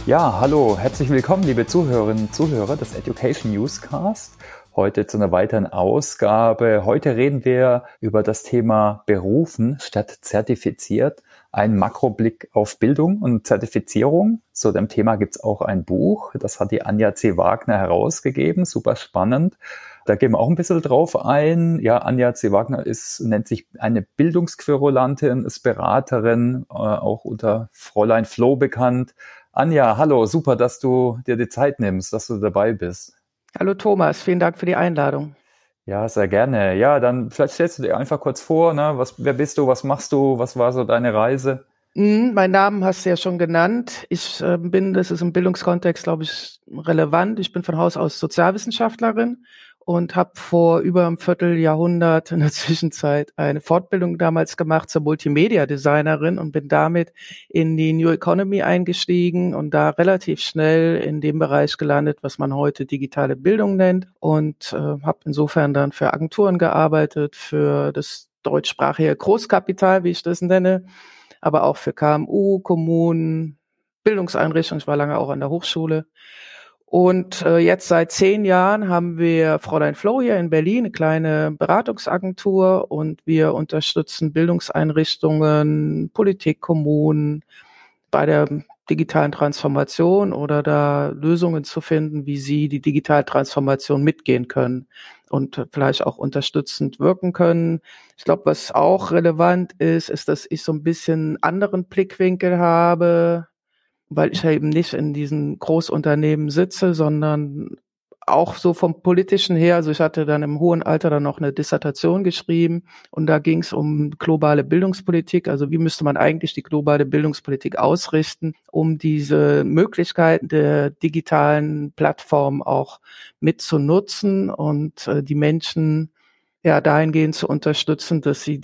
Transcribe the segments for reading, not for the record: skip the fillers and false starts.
Ja, hallo, herzlich willkommen, liebe Zuhörerinnen und Zuhörer des Education Newscast. Heute zu einer weiteren Ausgabe. Heute reden wir über das Thema Berufen statt zertifiziert. Ein Makroblick auf Bildung und Zertifizierung. Zu dem Thema gibt's auch ein Buch. Das hat die Anja C. Wagner herausgegeben. Super spannend. Da gehen wir auch ein bisschen drauf ein. Ja, Anja C. Wagner nennt sich eine Bildungsquerulantin, ist Beraterin, auch unter Fräulein Flo bekannt. Anja, hallo, super, dass du dir die Zeit nimmst, dass du dabei bist. Hallo Thomas, vielen Dank für die Einladung. Ja, sehr gerne. Ja, dann vielleicht stellst du dir einfach kurz vor, ne? Wer bist du, was machst du, was war so deine Reise? Mein Namen hast du ja schon genannt. Das ist im Bildungskontext, glaube ich, relevant. Ich bin von Haus aus Sozialwissenschaftlerin und habe vor über einem Vierteljahrhundert in der Zwischenzeit eine Fortbildung damals gemacht zur Multimedia-Designerin und bin damit in die New Economy eingestiegen und da relativ schnell in dem Bereich gelandet, was man heute digitale Bildung nennt, und habe insofern dann für Agenturen gearbeitet, für das deutschsprachige Großkapital, wie ich das nenne, aber auch für KMU, Kommunen, Bildungseinrichtungen. Ich war lange auch an der Hochschule. Und jetzt seit 10 Jahren haben wir Fräulein Flo hier in Berlin, eine kleine Beratungsagentur, und wir unterstützen Bildungseinrichtungen, Politik, Kommunen bei der digitalen Transformation oder da Lösungen zu finden, wie sie die digitale Transformation mitgehen können und vielleicht auch unterstützend wirken können. Ich glaube, was auch relevant ist, dass ich so ein bisschen anderen Blickwinkel habe, weil ich ja eben nicht in diesen Großunternehmen sitze, sondern auch so vom Politischen her. Also ich hatte dann im hohen Alter dann noch eine Dissertation geschrieben und da ging es um globale Bildungspolitik. Also wie müsste man eigentlich die globale Bildungspolitik ausrichten, um diese Möglichkeiten der digitalen Plattform auch mitzunutzen und die Menschen ja dahingehend zu unterstützen, dass sie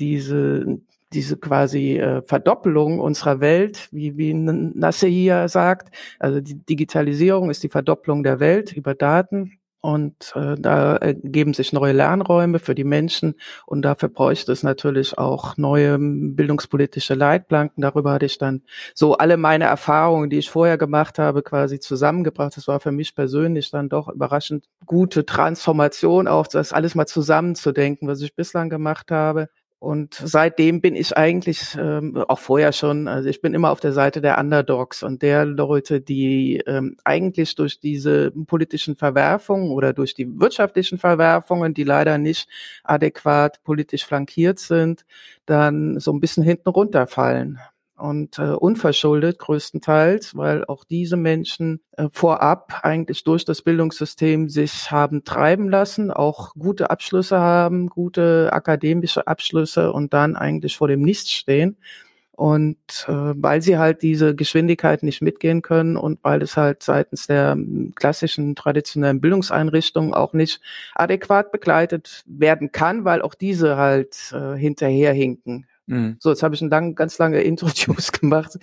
diese quasi Verdoppelung unserer Welt, wie Nasser hier sagt, also die Digitalisierung ist die Verdopplung der Welt über Daten. Und da ergeben sich neue Lernräume für die Menschen. Und dafür bräuchte es natürlich auch neue bildungspolitische Leitplanken. Darüber hatte ich dann so alle meine Erfahrungen, die ich vorher gemacht habe, quasi zusammengebracht. Das war für mich persönlich dann doch überraschend gute Transformation, auch das alles mal zusammenzudenken, was ich bislang gemacht habe. Und seitdem bin ich eigentlich, auch vorher schon, also ich bin immer auf der Seite der Underdogs und der Leute, die eigentlich durch diese politischen Verwerfungen oder durch die wirtschaftlichen Verwerfungen, die leider nicht adäquat politisch flankiert sind, dann so ein bisschen hinten runterfallen. Und unverschuldet größtenteils, weil auch diese Menschen vorab eigentlich durch das Bildungssystem sich haben treiben lassen, auch gute Abschlüsse haben, gute akademische Abschlüsse und dann eigentlich vor dem Nichts stehen. Und weil sie halt diese Geschwindigkeit nicht mitgehen können und weil es halt seitens der klassischen traditionellen Bildungseinrichtungen auch nicht adäquat begleitet werden kann, weil auch diese halt hinterherhinken. So, jetzt habe ich ganz lange Intro-Juice gemacht.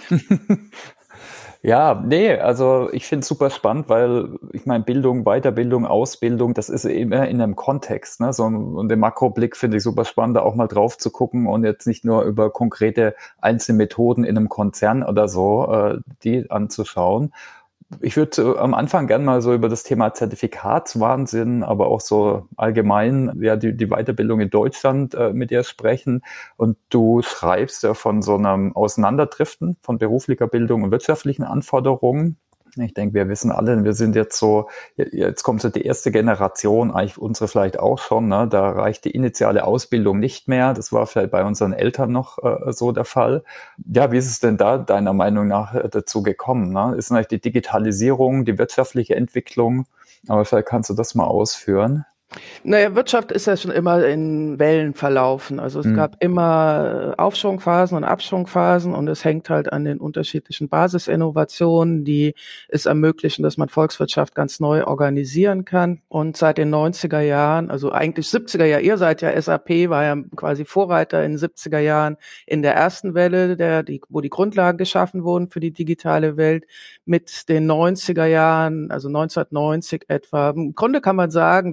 Ja, nee, also ich finde es super spannend, weil ich meine, Bildung, Weiterbildung, Ausbildung, das ist immer in einem Kontext, ne? Und den Makroblick finde ich super spannend, da auch mal drauf zu gucken und jetzt nicht nur über konkrete einzelne Methoden in einem Konzern oder so, die anzuschauen. Ich würde am Anfang gern mal so über das Thema Zertifikatswahnsinn, aber auch so allgemein ja die Weiterbildung in Deutschland mit dir sprechen. Und du schreibst ja von so einem Auseinanderdriften von beruflicher Bildung und wirtschaftlichen Anforderungen. Ich denke, wir wissen alle, wir sind jetzt kommt so die erste Generation, eigentlich unsere vielleicht auch schon, ne? Da reicht die initiale Ausbildung nicht mehr. Das war vielleicht bei unseren Eltern noch so der Fall. Ja, wie ist es denn da deiner Meinung nach dazu gekommen? Ne? Ist eigentlich die Digitalisierung, die wirtschaftliche Entwicklung, aber vielleicht kannst du das mal ausführen. Naja, Wirtschaft ist ja schon immer in Wellen verlaufen. Also es gab immer Aufschwungphasen und Abschwungphasen und es hängt halt an den unterschiedlichen Basisinnovationen, die es ermöglichen, dass man Volkswirtschaft ganz neu organisieren kann. Und seit den 90er Jahren, also eigentlich 70er Jahre, ihr seid ja SAP, war ja quasi Vorreiter in den 70er Jahren in der ersten Welle, wo die Grundlagen geschaffen wurden für die digitale Welt. Mit den 90er Jahren, also 1990 etwa, im Grunde kann man sagen, durch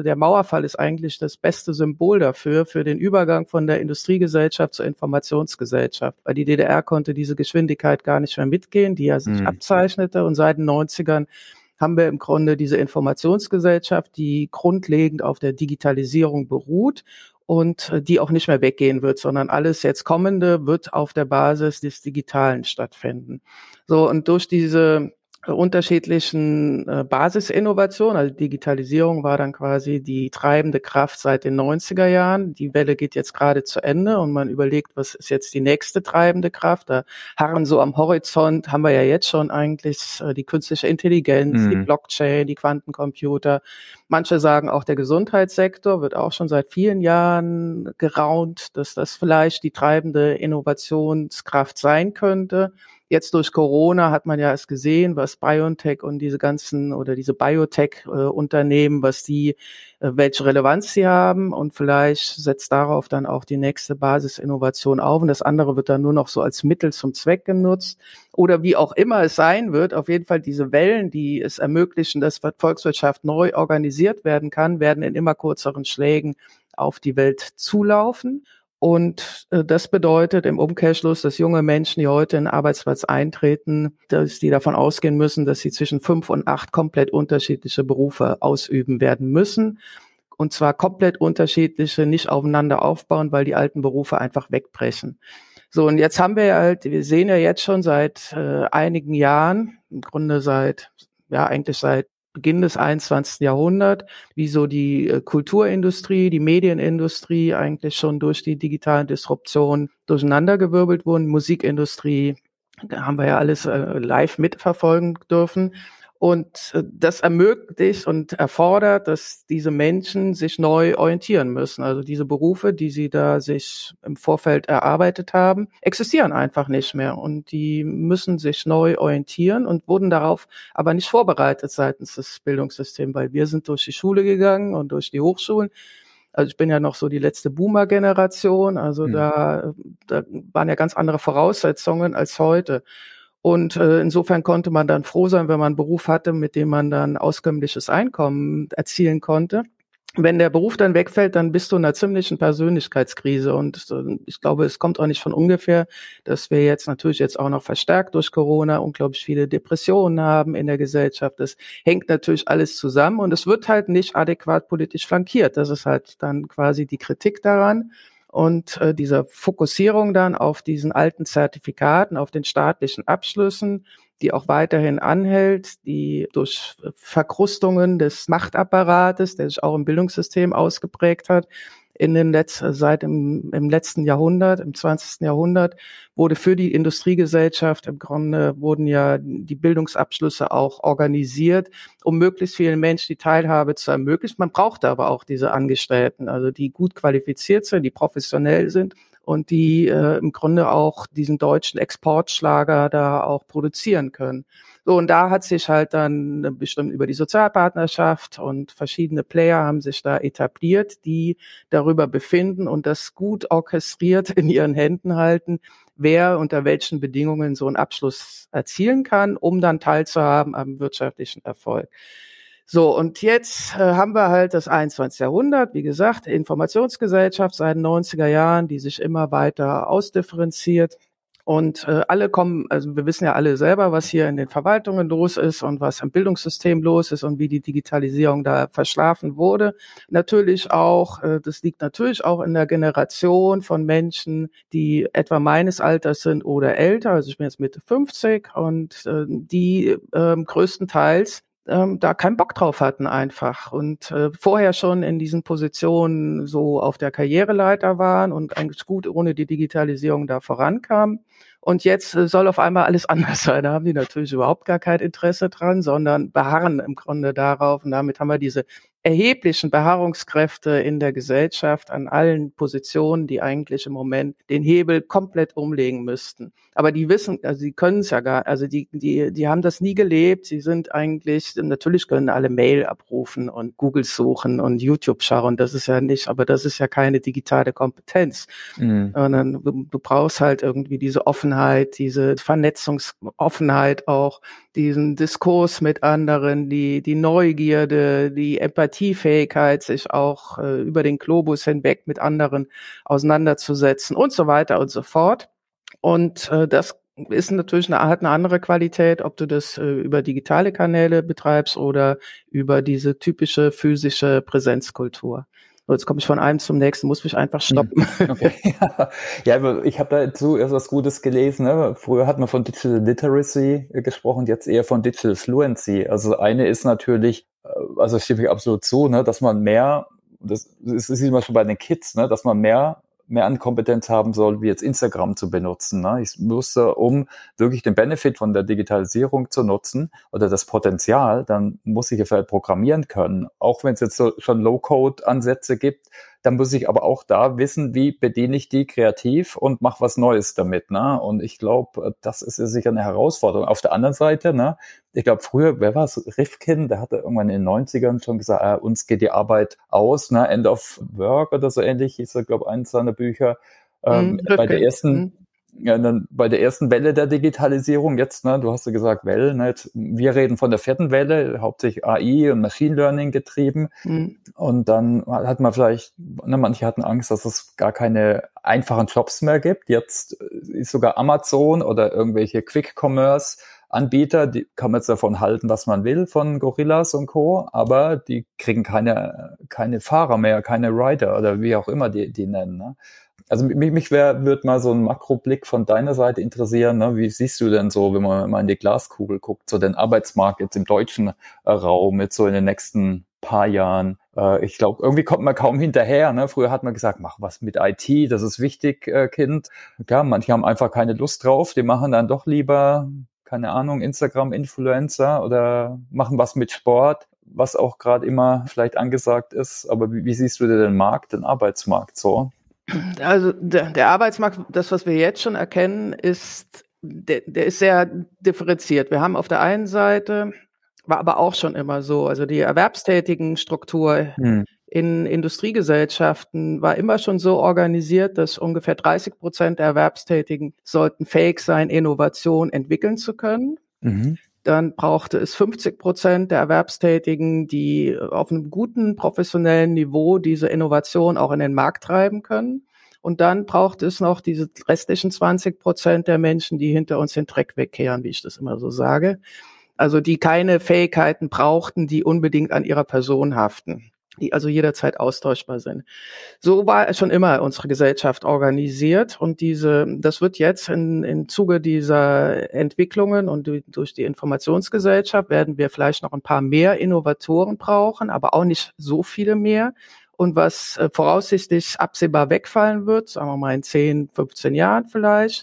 der Mauerfall ist eigentlich das beste Symbol dafür, für den Übergang von der Industriegesellschaft zur Informationsgesellschaft. Weil die DDR konnte diese Geschwindigkeit gar nicht mehr mitgehen, die ja sich abzeichnete. Und seit den 90ern haben wir im Grunde diese Informationsgesellschaft, die grundlegend auf der Digitalisierung beruht und die auch nicht mehr weggehen wird, sondern alles jetzt Kommende wird auf der Basis des Digitalen stattfinden. So, und durch diese unterschiedlichen Basisinnovationen, also Digitalisierung war dann quasi die treibende Kraft seit den 90er Jahren. Die Welle geht jetzt gerade zu Ende und man überlegt, was ist jetzt die nächste treibende Kraft? Da harren so am Horizont, haben wir ja jetzt schon eigentlich die künstliche Intelligenz, die Blockchain, die Quantencomputer. Manche sagen auch, der Gesundheitssektor wird auch schon seit vielen Jahren geraunt, dass das vielleicht die treibende Innovationskraft sein könnte. Jetzt durch Corona hat man ja es gesehen, was BioNTech und diese ganzen oder diese Biotech-Unternehmen, welche Relevanz sie haben, und vielleicht setzt darauf dann auch die nächste Basisinnovation auf und das andere wird dann nur noch so als Mittel zum Zweck genutzt oder wie auch immer es sein wird. Auf jeden Fall diese Wellen, die es ermöglichen, dass Volkswirtschaft neu organisiert werden kann, werden in immer kürzeren Schlägen auf die Welt zulaufen. Und das bedeutet im Umkehrschluss, dass junge Menschen, die heute in den Arbeitsplatz eintreten, dass die davon ausgehen müssen, dass sie zwischen 5 und 8 komplett unterschiedliche Berufe ausüben werden müssen. Und zwar komplett unterschiedliche, nicht aufeinander aufbauen, weil die alten Berufe einfach wegbrechen. So, und jetzt haben wir sehen ja jetzt schon seit einigen Jahren, im Grunde eigentlich seit Beginn des 21. Jahrhunderts, wie so die Kulturindustrie, die Medienindustrie eigentlich schon durch die digitalen Disruptionen durcheinandergewirbelt wurden. Musikindustrie, da haben wir ja alles live mitverfolgen dürfen. Und das ermöglicht und erfordert, dass diese Menschen sich neu orientieren müssen. Also diese Berufe, die sie da sich im Vorfeld erarbeitet haben, existieren einfach nicht mehr. Und die müssen sich neu orientieren und wurden darauf aber nicht vorbereitet seitens des Bildungssystems, weil wir sind durch die Schule gegangen und durch die Hochschulen. Also ich bin ja noch so die letzte Boomer-Generation. Also da waren ja ganz andere Voraussetzungen als heute. Und insofern konnte man dann froh sein, wenn man einen Beruf hatte, mit dem man dann auskömmliches Einkommen erzielen konnte. Wenn der Beruf dann wegfällt, dann bist du in einer ziemlichen Persönlichkeitskrise. Und ich glaube, es kommt auch nicht von ungefähr, dass wir jetzt auch noch verstärkt durch Corona unglaublich viele Depressionen haben in der Gesellschaft. Das hängt natürlich alles zusammen und es wird halt nicht adäquat politisch flankiert. Das ist halt dann quasi die Kritik daran. Und diese Fokussierung dann auf diesen alten Zertifikaten, auf den staatlichen Abschlüssen, die auch weiterhin anhält, die durch Verkrustungen des Machtapparates, der sich auch im Bildungssystem ausgeprägt hat, im letzten Jahrhundert, im 20. Jahrhundert, wurde für die Industriegesellschaft im Grunde wurden ja die Bildungsabschlüsse auch organisiert, um möglichst vielen Menschen die Teilhabe zu ermöglichen. Man braucht aber auch diese Angestellten, also die gut qualifiziert sind, die professionell sind und die im Grunde auch diesen deutschen Exportschlager da auch produzieren können. So, und da hat sich halt dann bestimmt über die Sozialpartnerschaft und verschiedene Player haben sich da etabliert, die darüber befinden und das gut orchestriert in ihren Händen halten, wer unter welchen Bedingungen so einen Abschluss erzielen kann, um dann teilzuhaben am wirtschaftlichen Erfolg. So, und jetzt haben wir halt das 21. Jahrhundert, wie gesagt, Informationsgesellschaft seit den 90er Jahren, die sich immer weiter ausdifferenziert. Und alle kommen, also wir wissen ja alle selber, was hier in den Verwaltungen los ist und was im Bildungssystem los ist und wie die Digitalisierung da verschlafen wurde. Natürlich auch, das liegt natürlich auch in der Generation von Menschen, die etwa meines Alters sind oder älter. Also ich bin jetzt Mitte 50 und die größtenteils da keinen Bock drauf hatten einfach und vorher schon in diesen Positionen so auf der Karriereleiter waren und eigentlich gut ohne die Digitalisierung da vorankamen. Und jetzt soll auf einmal alles anders sein. Da haben die natürlich überhaupt gar kein Interesse dran, sondern beharren im Grunde darauf. Und damit haben wir diese erheblichen Beharrungskräfte in der Gesellschaft an allen Positionen, die eigentlich im Moment den Hebel komplett umlegen müssten. Aber die wissen, also die können es ja gar, also die haben das nie gelebt. Sie sind eigentlich, natürlich können alle Mail abrufen und Google suchen und YouTube schauen. Das ist ja nicht, aber das ist ja keine digitale Kompetenz. Sondern du brauchst halt irgendwie diese Offenheit, diese Vernetzungsoffenheit auch, diesen Diskurs mit anderen, die Neugierde, die Empathie, Empathiefähigkeit, sich auch über den Globus hinweg mit anderen auseinanderzusetzen und so weiter und so fort. Und das ist natürlich hat eine andere Qualität, ob du das über digitale Kanäle betreibst oder über diese typische physische Präsenzkultur. So, jetzt komme ich von einem zum nächsten, muss mich einfach stoppen. Okay. Ja, aber ich habe dazu erst was Gutes gelesen. Ne? Früher hat man von Digital Literacy gesprochen, jetzt eher von Digital Fluency. Also eine ist natürlich, also stimme ich absolut zu, ne, dass man mehr, das ist immer schon bei den Kids, ne, dass man mehr an Kompetenz haben soll, wie jetzt Instagram zu benutzen. Ne? Ich musste, um wirklich den Benefit von der Digitalisierung zu nutzen oder das Potenzial, dann muss ich ja vielleicht programmieren können. Auch wenn es jetzt so schon Low-Code-Ansätze gibt, dann muss ich aber auch da wissen, wie bediene ich die kreativ und mache was Neues damit. Ne? Und ich glaube, das ist ja sicher eine Herausforderung. Auf der anderen Seite, ne, ich glaube früher, wer war es? Rifkin, der hatte irgendwann in den 90ern schon gesagt, uns geht die Arbeit aus, ne? End of Work oder so ähnlich, hieß er, glaube ich, eines seiner Bücher. Bei der ersten ja, dann bei der ersten Welle der Digitalisierung jetzt, ne, du hast ja gesagt Welle, ne, jetzt, wir reden von der vierten Welle, hauptsächlich AI und Machine Learning getrieben. Und dann hat man vielleicht, ne, manche hatten Angst, dass es gar keine einfachen Jobs mehr gibt. Jetzt ist sogar Amazon oder irgendwelche Quick-Commerce-Anbieter, die kann man jetzt davon halten, was man will, von Gorillas und Co., aber die kriegen keine Fahrer mehr, keine Rider oder wie auch immer die nennen, ne? Also mich würde mal so ein Makroblick von deiner Seite interessieren. Ne? Wie siehst du denn so, wenn man mal in die Glaskugel guckt, so den Arbeitsmarkt jetzt im deutschen Raum jetzt so in den nächsten paar Jahren? Ich glaube, irgendwie kommt man kaum hinterher. Ne? Früher hat man gesagt, mach was mit IT, das ist wichtig, Kind. Klar, manche haben einfach keine Lust drauf. Die machen dann doch lieber, keine Ahnung, Instagram-Influencer oder machen was mit Sport, was auch gerade immer vielleicht angesagt ist. Aber wie siehst du denn den Markt, den Arbeitsmarkt so? Also der Arbeitsmarkt, das, was wir jetzt schon erkennen, der ist sehr differenziert. Wir haben auf der einen Seite, war aber auch schon immer so, also die erwerbstätigen Struktur in Industriegesellschaften war immer schon so organisiert, dass ungefähr 30% der Erwerbstätigen sollten fähig sein, Innovation entwickeln zu können. Dann brauchte es 50% der Erwerbstätigen, die auf einem guten professionellen Niveau diese Innovation auch in den Markt treiben können. Und dann braucht es noch diese restlichen 20% der Menschen, die hinter uns den Dreck wegkehren, wie ich das immer so sage. Also die keine Fähigkeiten brauchten, die unbedingt an ihrer Person haften, die also jederzeit austauschbar sind. So war schon immer unsere Gesellschaft organisiert und das wird jetzt im Zuge dieser Entwicklungen und durch die Informationsgesellschaft werden wir vielleicht noch ein paar mehr Innovatoren brauchen, aber auch nicht so viele mehr. Und was voraussichtlich absehbar wegfallen wird, sagen wir mal in 10, 15 Jahren vielleicht,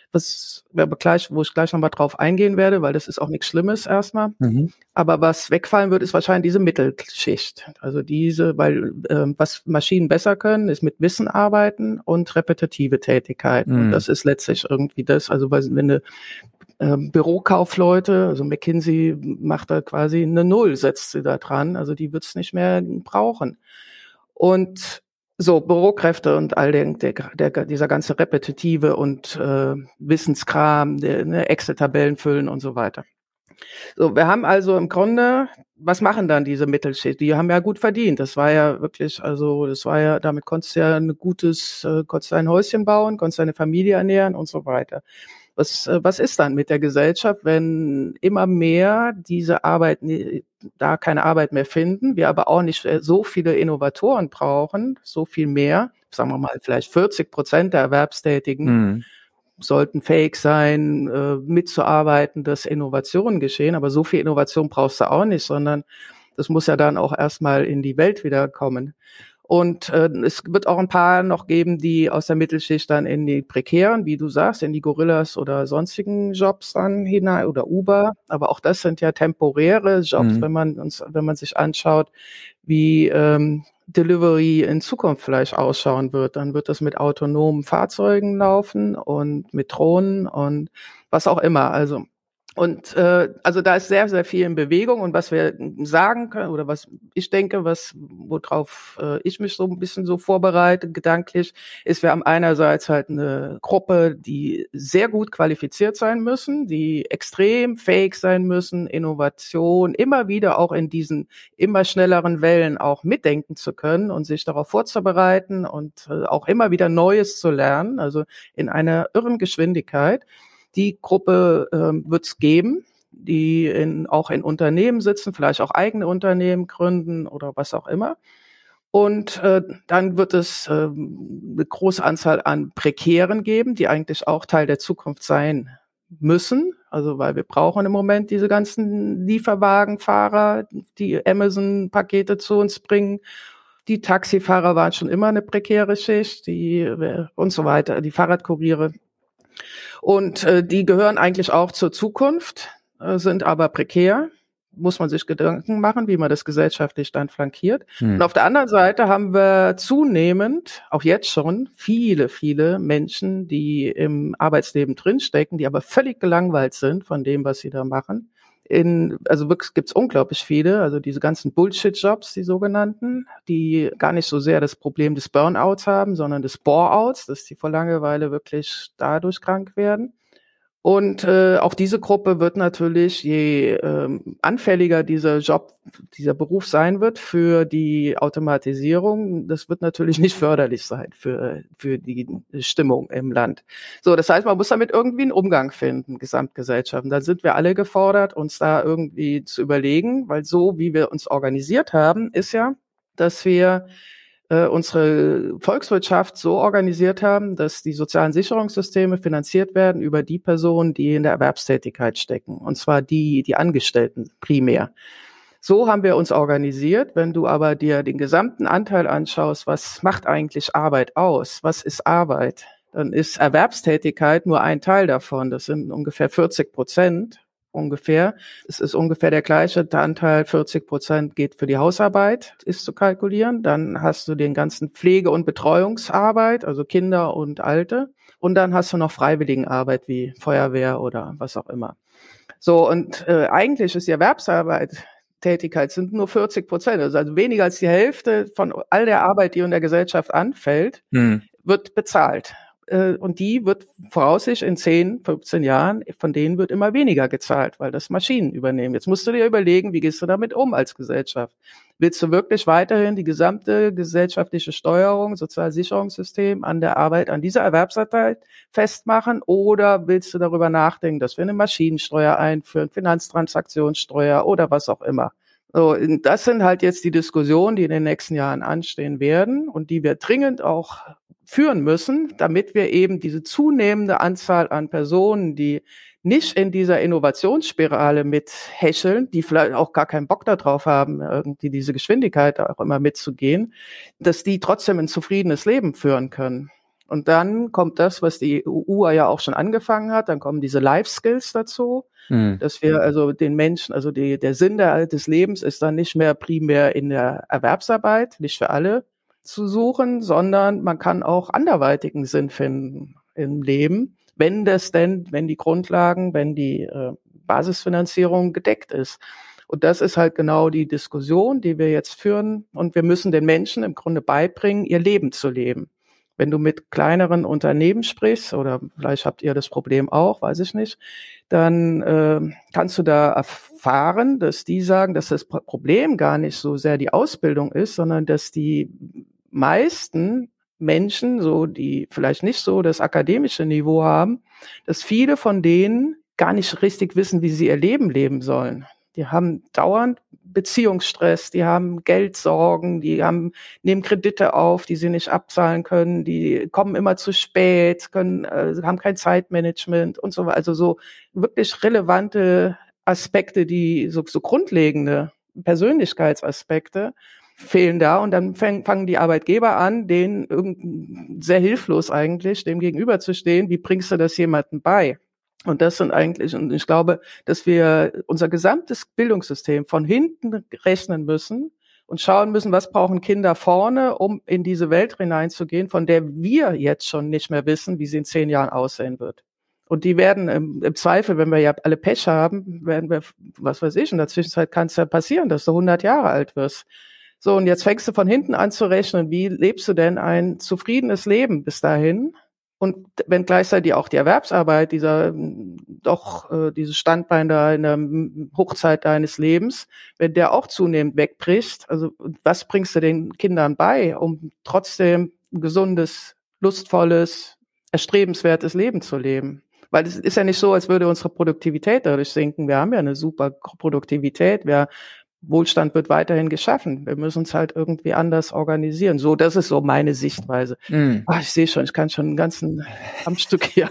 wo ich gleich nochmal drauf eingehen werde, weil das ist auch nichts Schlimmes erstmal. Aber was wegfallen wird, ist wahrscheinlich diese Mittelschicht. Also weil was Maschinen besser können, ist mit Wissen arbeiten und repetitive Tätigkeiten. Und das ist letztlich irgendwie das, also wenn du Bürokaufleute, also McKinsey macht da quasi eine Null, setzt sie da dran, also die wird's nicht mehr brauchen. Und so, Bürokräfte und all dieser ganze repetitive und Wissenskram, Excel-Tabellen füllen und so weiter. So, wir haben also im Grunde, was machen dann diese Mittelschicht? Die haben ja gut verdient. Das war ja wirklich, damit konntest du ja konntest du ein Häuschen bauen, konntest deine Familie ernähren und so weiter. Was ist dann mit der Gesellschaft, wenn immer mehr diese Arbeit, da keine Arbeit mehr finden, wir aber auch nicht so viele Innovatoren brauchen, so viel mehr, sagen wir mal vielleicht 40% der Erwerbstätigen sollten fähig sein, mitzuarbeiten, dass Innovationen geschehen, aber so viel Innovation brauchst du auch nicht, sondern das muss ja dann auch erstmal in die Welt wieder kommen. Und es wird auch ein paar noch geben, die aus der Mittelschicht dann in die prekären, wie du sagst, in die Gorillas oder sonstigen Jobs dann hinein oder Uber. Aber auch das sind ja temporäre Jobs, wenn man sich anschaut, wie Delivery in Zukunft vielleicht ausschauen wird. Dann wird das mit autonomen Fahrzeugen laufen und mit Drohnen und was auch immer. Also Und also da ist sehr, sehr viel in Bewegung. Und was wir sagen können oder was ich denke, worauf ich mich so ein bisschen so vorbereite, gedanklich, ist, wir haben einerseits halt eine Gruppe, die sehr gut qualifiziert sein müssen, die extrem fähig sein müssen, Innovation immer wieder auch in diesen immer schnelleren Wellen auch mitdenken zu können und sich darauf vorzubereiten und auch immer wieder Neues zu lernen, also in einer irren Geschwindigkeit. Die Gruppe wird es geben, die auch in Unternehmen sitzen, vielleicht auch eigene Unternehmen gründen oder was auch immer. Und dann wird es eine große Anzahl an Prekären geben, die eigentlich auch Teil der Zukunft sein müssen. Also weil wir brauchen im Moment diese ganzen Lieferwagenfahrer, die Amazon-Pakete zu uns bringen. Die Taxifahrer waren schon immer eine prekäre Schicht, und so weiter, die Fahrradkuriere. Und die gehören eigentlich auch zur Zukunft, sind aber prekär. Muss man sich Gedanken machen, wie man das gesellschaftlich dann flankiert. Und auf der anderen Seite haben wir zunehmend, auch jetzt schon, viele, viele Menschen, die im Arbeitsleben drinstecken, die aber völlig gelangweilt sind von dem, was sie da machen. Also wirklich gibt's unglaublich viele, also diese ganzen Bullshit-Jobs, die sogenannten, die gar nicht so sehr das Problem des Burnouts haben, sondern des Boreouts, dass die vor Langeweile wirklich dadurch krank werden. Und auch diese Gruppe wird natürlich, je anfälliger dieser Beruf sein wird für die Automatisierung, das wird natürlich nicht förderlich sein für die Stimmung im Land. So, das heißt, man muss damit irgendwie einen Umgang finden, Gesamtgesellschaften. Da sind wir alle gefordert, uns da irgendwie zu überlegen, weil so, wie wir uns organisiert haben, ist ja, dass wir unsere Volkswirtschaft so organisiert haben, dass die sozialen Sicherungssysteme finanziert werden über die Personen, die in der Erwerbstätigkeit stecken. Und zwar die Angestellten primär. So haben wir uns organisiert. Wenn du aber dir den gesamten Anteil anschaust, was macht eigentlich Arbeit aus? Was ist Arbeit? Dann ist Erwerbstätigkeit nur ein Teil davon. Das sind ungefähr 40%. Ungefähr. Es ist ungefähr der gleiche Anteil, 40% geht für die Hausarbeit, ist zu kalkulieren. Dann hast du den ganzen Pflege- und Betreuungsarbeit, also Kinder und Alte. Und dann hast du noch Freiwilligenarbeit wie Feuerwehr oder was auch immer. So, und eigentlich ist die Erwerbsarbeit, Tätigkeit sind nur 40%, also weniger als die Hälfte von all der Arbeit, die in der Gesellschaft anfällt, wird bezahlt. Und die wird voraussichtlich in 10, 15 Jahren, von denen wird immer weniger gezahlt, weil das Maschinen übernehmen. Jetzt musst du dir überlegen, wie gehst du damit um als Gesellschaft? Willst du wirklich weiterhin die gesamte gesellschaftliche Steuerung, Sozialsicherungssystem an der Arbeit, an dieser Erwerbsarbeit festmachen? Oder willst du darüber nachdenken, dass wir eine Maschinensteuer einführen, Finanztransaktionssteuer oder was auch immer? So, das sind halt jetzt die Diskussionen, die in den nächsten Jahren anstehen werden und die wir dringend auch führen müssen, damit wir eben diese zunehmende Anzahl an Personen, die nicht in dieser Innovationsspirale mithäscheln, die vielleicht auch gar keinen Bock darauf haben, irgendwie diese Geschwindigkeit auch immer mitzugehen, dass die trotzdem ein zufriedenes Leben führen können. Und dann kommt das, was die EU ja auch schon angefangen hat, dann kommen diese Life Skills dazu, dass wir also den Menschen, also der Sinn des Lebens ist dann nicht mehr primär in der Erwerbsarbeit, nicht für alle zu suchen, sondern man kann auch anderweitigen Sinn finden im Leben, wenn die Grundlagen, wenn die Basisfinanzierung gedeckt ist. Und das ist halt genau die Diskussion, die wir jetzt führen. Und wir müssen den Menschen im Grunde beibringen, ihr Leben zu leben. Wenn du mit kleineren Unternehmen sprichst, oder vielleicht habt ihr das Problem auch, weiß ich nicht, dann kannst du da erfahren, dass die sagen, dass das Problem gar nicht so sehr die Ausbildung ist, sondern dass die meisten Menschen, so die vielleicht nicht so das akademische Niveau haben, dass viele von denen gar nicht richtig wissen, wie sie ihr Leben leben sollen. Die haben dauernd Beziehungsstress, die haben Geldsorgen, nehmen Kredite auf, die sie nicht abzahlen können, die kommen immer zu spät, haben kein Zeitmanagement und so weiter. Also so wirklich relevante Aspekte, die so grundlegende Persönlichkeitsaspekte fehlen da und dann fangen die Arbeitgeber an, denen sehr hilflos eigentlich dem gegenüberzustehen. Wie bringst du das jemandem bei? Und das sind eigentlich, und ich glaube, dass wir unser gesamtes Bildungssystem von hinten rechnen müssen und schauen müssen, was brauchen Kinder vorne, um in diese Welt hineinzugehen, von der wir jetzt schon nicht mehr wissen, wie sie in 10 Jahren aussehen wird. Und die werden im Zweifel, wenn wir ja alle Pech haben, werden wir, was weiß ich, in der Zwischenzeit kann es ja passieren, dass du 100 Jahre alt wirst. So, und jetzt fängst du von hinten an zu rechnen, wie lebst du denn ein zufriedenes Leben bis dahin? Und wenn gleichzeitig auch die Erwerbsarbeit, dieses Standbein da in der Hochzeit deines Lebens, wenn der auch zunehmend wegbricht, also was bringst du den Kindern bei, um trotzdem ein gesundes, lustvolles, erstrebenswertes Leben zu leben? Weil es ist ja nicht so, als würde unsere Produktivität dadurch sinken. Wir haben ja eine super Produktivität. Wohlstand wird weiterhin geschaffen. Wir müssen uns halt irgendwie anders organisieren. So, das ist so meine Sichtweise. Ich sehe schon, ich kann schon einen ganzen Amtsstück hier.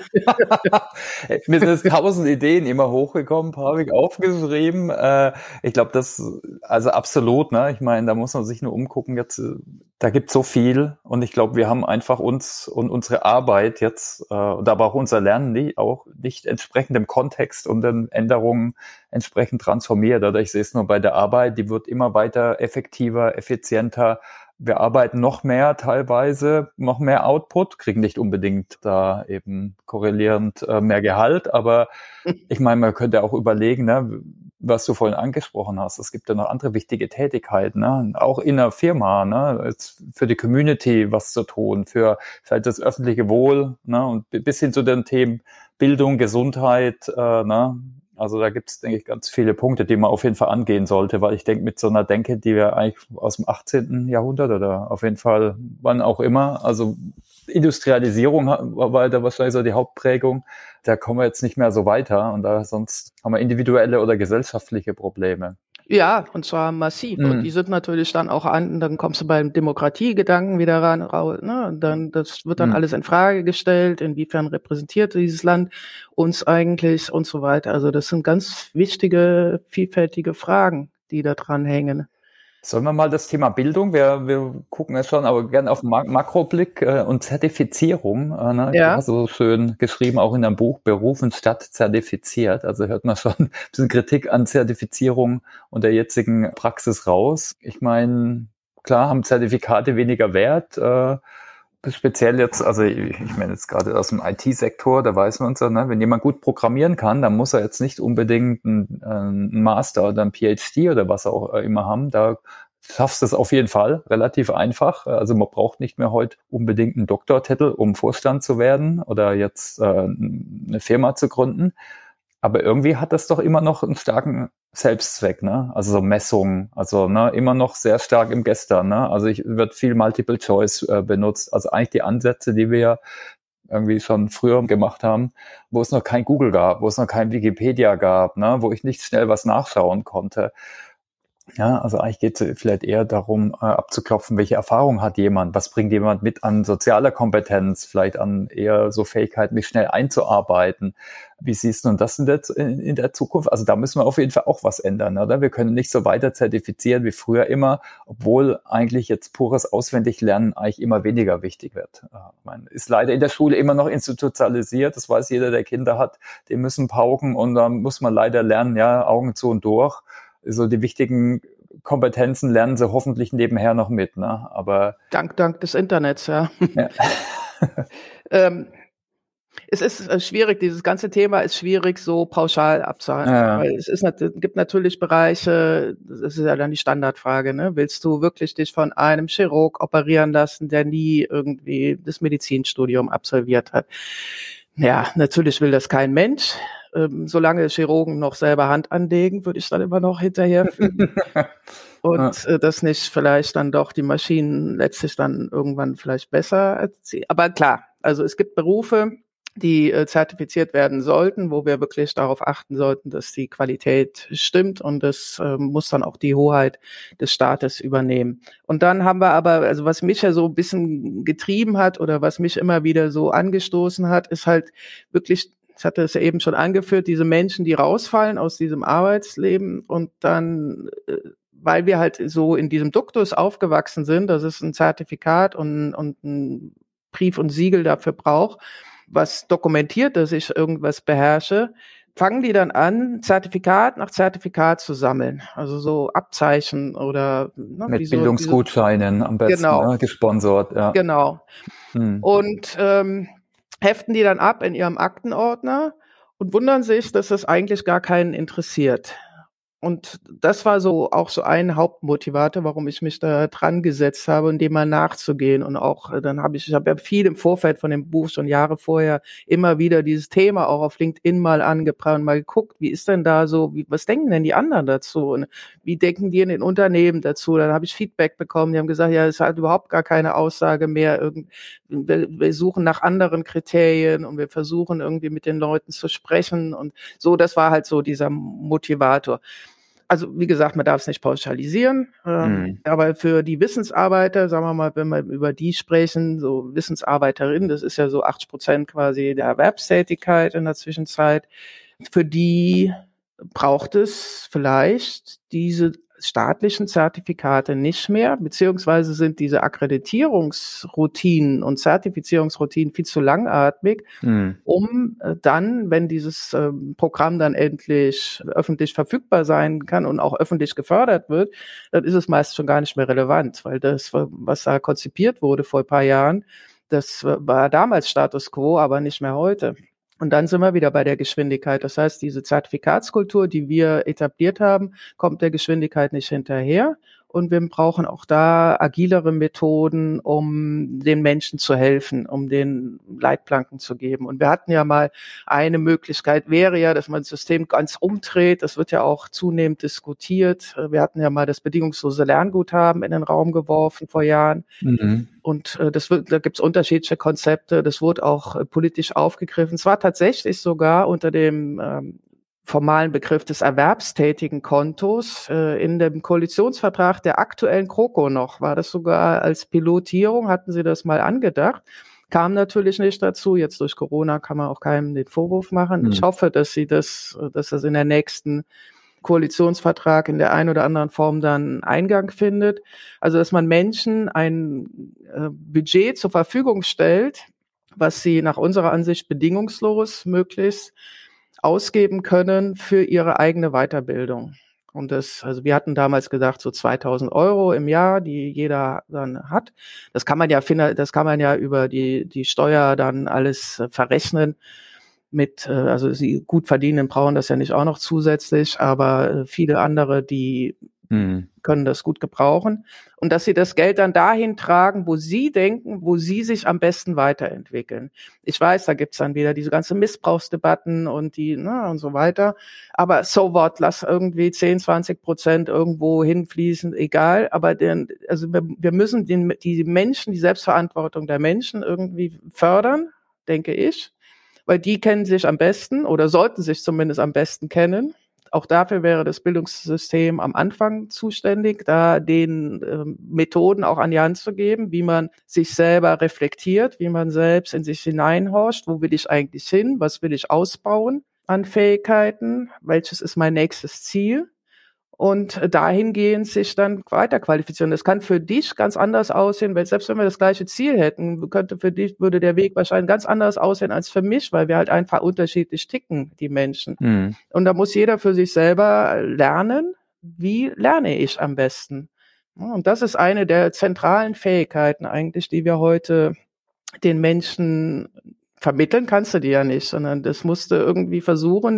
Mir sind jetzt 1000 Ideen immer hochgekommen, ein paar habe ich aufgeschrieben. Ich glaube, also absolut, ne? Ich meine, da muss man sich nur umgucken. Jetzt, da gibt so viel und ich glaube, wir haben einfach uns und unsere Arbeit jetzt, und aber auch unser Lernen nicht entsprechend dem Kontext und den Änderungen entsprechend transformiert. Oder ich sehe es nur bei der Arbeit, die wird immer weiter effektiver, effizienter. Wir arbeiten noch mehr teilweise, noch mehr Output, kriegen nicht unbedingt da eben korrelierend mehr Gehalt, aber ich meine, man könnte auch überlegen, ne, was du vorhin angesprochen hast, es gibt ja noch andere wichtige Tätigkeiten, ne, auch in einer Firma, ne, jetzt für die Community was zu tun, für vielleicht das öffentliche Wohl, ne, und bis hin zu den Themen Bildung, Gesundheit, ne. Also da gibt es, denke ich, ganz viele Punkte, die man auf jeden Fall angehen sollte, weil ich denke, mit so einer Denke, die wir eigentlich aus dem 18. Jahrhundert oder auf jeden Fall wann auch immer, also Industrialisierung war da wahrscheinlich so die Hauptprägung, da kommen wir jetzt nicht mehr so weiter und da sonst haben wir individuelle oder gesellschaftliche Probleme. Ja, und zwar massiv. Und die sind natürlich dann auch dann kommst du beim Demokratiegedanken wieder ran, ne? Und dann, das wird dann alles in Frage gestellt, inwiefern repräsentiert dieses Land uns eigentlich und so weiter. Also das sind ganz wichtige, vielfältige Fragen, die da dran hängen. Sollen wir mal das Thema Bildung, wir gucken ja schon, aber gerne auf Makroblick und Zertifizierung. Ne? Ja. Du hast so schön geschrieben, auch in deinem Buch, Berufen statt zertifiziert. Also hört man schon ein bisschen Kritik an Zertifizierung und der jetzigen Praxis raus. Ich meine, klar haben Zertifikate weniger Wert, speziell jetzt, also ich meine jetzt gerade aus dem IT-Sektor, da weiß man es ja, ne, wenn jemand gut programmieren kann, dann muss er jetzt nicht unbedingt einen Master oder ein PhD oder was auch immer haben. Da schaffst du es auf jeden Fall relativ einfach. Also man braucht nicht mehr heute unbedingt einen Doktortitel, um Vorstand zu werden oder jetzt eine Firma zu gründen. Aber irgendwie hat das doch immer noch einen starken Selbstzweck, ne? Also so Messungen, also ne, immer noch sehr stark im Gestern, ne? Also wird viel Multiple Choice benutzt. Also eigentlich die Ansätze, die wir irgendwie schon früher gemacht haben, wo es noch kein Google gab, wo es noch kein Wikipedia gab, ne? Wo ich nicht schnell was nachschauen konnte. Ja, also eigentlich geht es vielleicht eher darum, abzuklopfen, welche Erfahrung hat jemand, was bringt jemand mit an sozialer Kompetenz, vielleicht an eher so Fähigkeiten, mich schnell einzuarbeiten. Wie siehst du das in der Zukunft? Also da müssen wir auf jeden Fall auch was ändern, oder? Wir können nicht so weiter zertifizieren wie früher immer, obwohl eigentlich jetzt pures Auswendiglernen eigentlich immer weniger wichtig wird. Ich meine, ist leider in der Schule immer noch institutionalisiert, das weiß jeder, der Kinder hat, die müssen pauken und dann muss man leider lernen, ja, Augen zu und durch. So die wichtigen Kompetenzen lernen sie hoffentlich nebenher noch mit, ne? Aber Dank des Internets, ja. Es ist schwierig, dieses ganze Thema ist schwierig so pauschal abzuhandeln, ja. Weil es gibt natürlich Bereiche, das ist ja dann die Standardfrage, ne? Willst du wirklich dich von einem Chirurg operieren lassen, der nie irgendwie das Medizinstudium absolviert hat? Ja, natürlich will das kein Mensch. Solange Chirurgen noch selber Hand anlegen, würde ich dann immer noch hinterherfügen. Und das nicht vielleicht dann doch die Maschinen letztlich dann irgendwann vielleicht besser erziehen. Aber klar, also es gibt Berufe, die zertifiziert werden sollten, wo wir wirklich darauf achten sollten, dass die Qualität stimmt und das muss dann auch die Hoheit des Staates übernehmen. Und dann haben wir aber, also was mich ja so ein bisschen getrieben hat oder was mich immer wieder so angestoßen hat, ist halt wirklich, ich hatte es ja eben schon angeführt, diese Menschen, die rausfallen aus diesem Arbeitsleben und dann, weil wir halt so in diesem Duktus aufgewachsen sind, dass es ein Zertifikat und ein Brief und Siegel dafür braucht, was dokumentiert, dass ich irgendwas beherrsche, fangen die dann an, Zertifikat nach Zertifikat zu sammeln. Also so Abzeichen oder mit Bildungsgutscheinen am besten, genau. Gesponsert. Ja. Genau. Und heften die dann ab in ihrem Aktenordner und wundern sich, dass das eigentlich gar keinen interessiert. Und das war so auch so ein Hauptmotivator, warum ich mich da dran gesetzt habe, um dem mal nachzugehen. Und auch dann ich habe ja viel im Vorfeld von dem Buch schon Jahre vorher immer wieder dieses Thema auch auf LinkedIn mal angebracht und mal geguckt, wie ist denn da so, was denken denn die anderen dazu? Und wie denken die in den Unternehmen dazu? Dann habe ich Feedback bekommen, die haben gesagt, ja, es hat überhaupt gar keine Aussage mehr. Wir suchen nach anderen Kriterien und wir versuchen irgendwie mit den Leuten zu sprechen und so, das war halt so dieser Motivator. Also wie gesagt, man darf es nicht pauschalisieren, aber für die Wissensarbeiter, sagen wir mal, wenn wir über die sprechen, so Wissensarbeiterinnen, das ist ja so 80% quasi der Erwerbstätigkeit in der Zwischenzeit, für die braucht es vielleicht diese staatlichen Zertifikate nicht mehr, beziehungsweise sind diese Akkreditierungsroutinen und Zertifizierungsroutinen viel zu langatmig, um dann, wenn dieses Programm dann endlich öffentlich verfügbar sein kann und auch öffentlich gefördert wird, dann ist es meist schon gar nicht mehr relevant, weil das, was da konzipiert wurde vor ein paar Jahren, das war damals Status quo, aber nicht mehr heute. Und dann sind wir wieder bei der Geschwindigkeit. Das heißt, diese Zertifikatskultur, die wir etabliert haben, kommt der Geschwindigkeit nicht hinterher. Und wir brauchen auch da agilere Methoden, um den Menschen zu helfen, um den Leitplanken zu geben. Und wir hatten ja mal eine Möglichkeit, wäre ja, dass man das System ganz umdreht. Das wird ja auch zunehmend diskutiert. Wir hatten ja mal das bedingungslose Lernguthaben in den Raum geworfen vor Jahren. Und da gibt's unterschiedliche Konzepte. Das wurde auch politisch aufgegriffen. Es war tatsächlich sogar unter dem formalen Begriff des erwerbstätigen Kontos in dem Koalitionsvertrag der aktuellen GroKo noch. War das sogar als Pilotierung, hatten sie das mal angedacht. Kam natürlich nicht dazu. Jetzt durch Corona kann man auch keinem den Vorwurf machen. Ich hoffe, dass das in der nächsten Koalitionsvertrag in der einen oder anderen Form dann Eingang findet. Also, dass man Menschen ein Budget zur Verfügung stellt, was sie nach unserer Ansicht bedingungslos möglichst ausgeben können für ihre eigene Weiterbildung. Und also wir hatten damals gedacht, so 2.000 € im Jahr, die jeder dann hat. Das kann man ja über die Steuer dann alles verrechnen. Also sie gut verdienen brauchen das ja nicht auch noch zusätzlich, aber viele andere, die können das gut gebrauchen. Und dass sie das Geld dann dahin tragen, wo sie denken, wo sie sich am besten weiterentwickeln. Ich weiß, da gibt's dann wieder diese ganze Missbrauchsdebatten und und so weiter. Aber so what, lass irgendwie 10-20% irgendwo hinfließen, egal. Aber wir müssen die Menschen, die Selbstverantwortung der Menschen irgendwie fördern, denke ich. Weil die kennen sich am besten oder sollten sich zumindest am besten kennen. Auch dafür wäre das Bildungssystem am Anfang zuständig, da den Methoden auch an die Hand zu geben, wie man sich selber reflektiert, wie man selbst in sich hineinhorcht, wo will ich eigentlich hin, was will ich ausbauen an Fähigkeiten, welches ist mein nächstes Ziel. Und dahingehend sich dann weiterqualifizieren. Das kann für dich ganz anders aussehen, weil selbst wenn wir das gleiche Ziel hätten, würde der Weg wahrscheinlich ganz anders aussehen als für mich, weil wir halt einfach unterschiedlich ticken, die Menschen. Und da muss jeder für sich selber lernen, wie lerne ich am besten. Und das ist eine der zentralen Fähigkeiten eigentlich, die wir heute den Menschen vermitteln, kannst du die ja nicht, sondern das musst du irgendwie versuchen,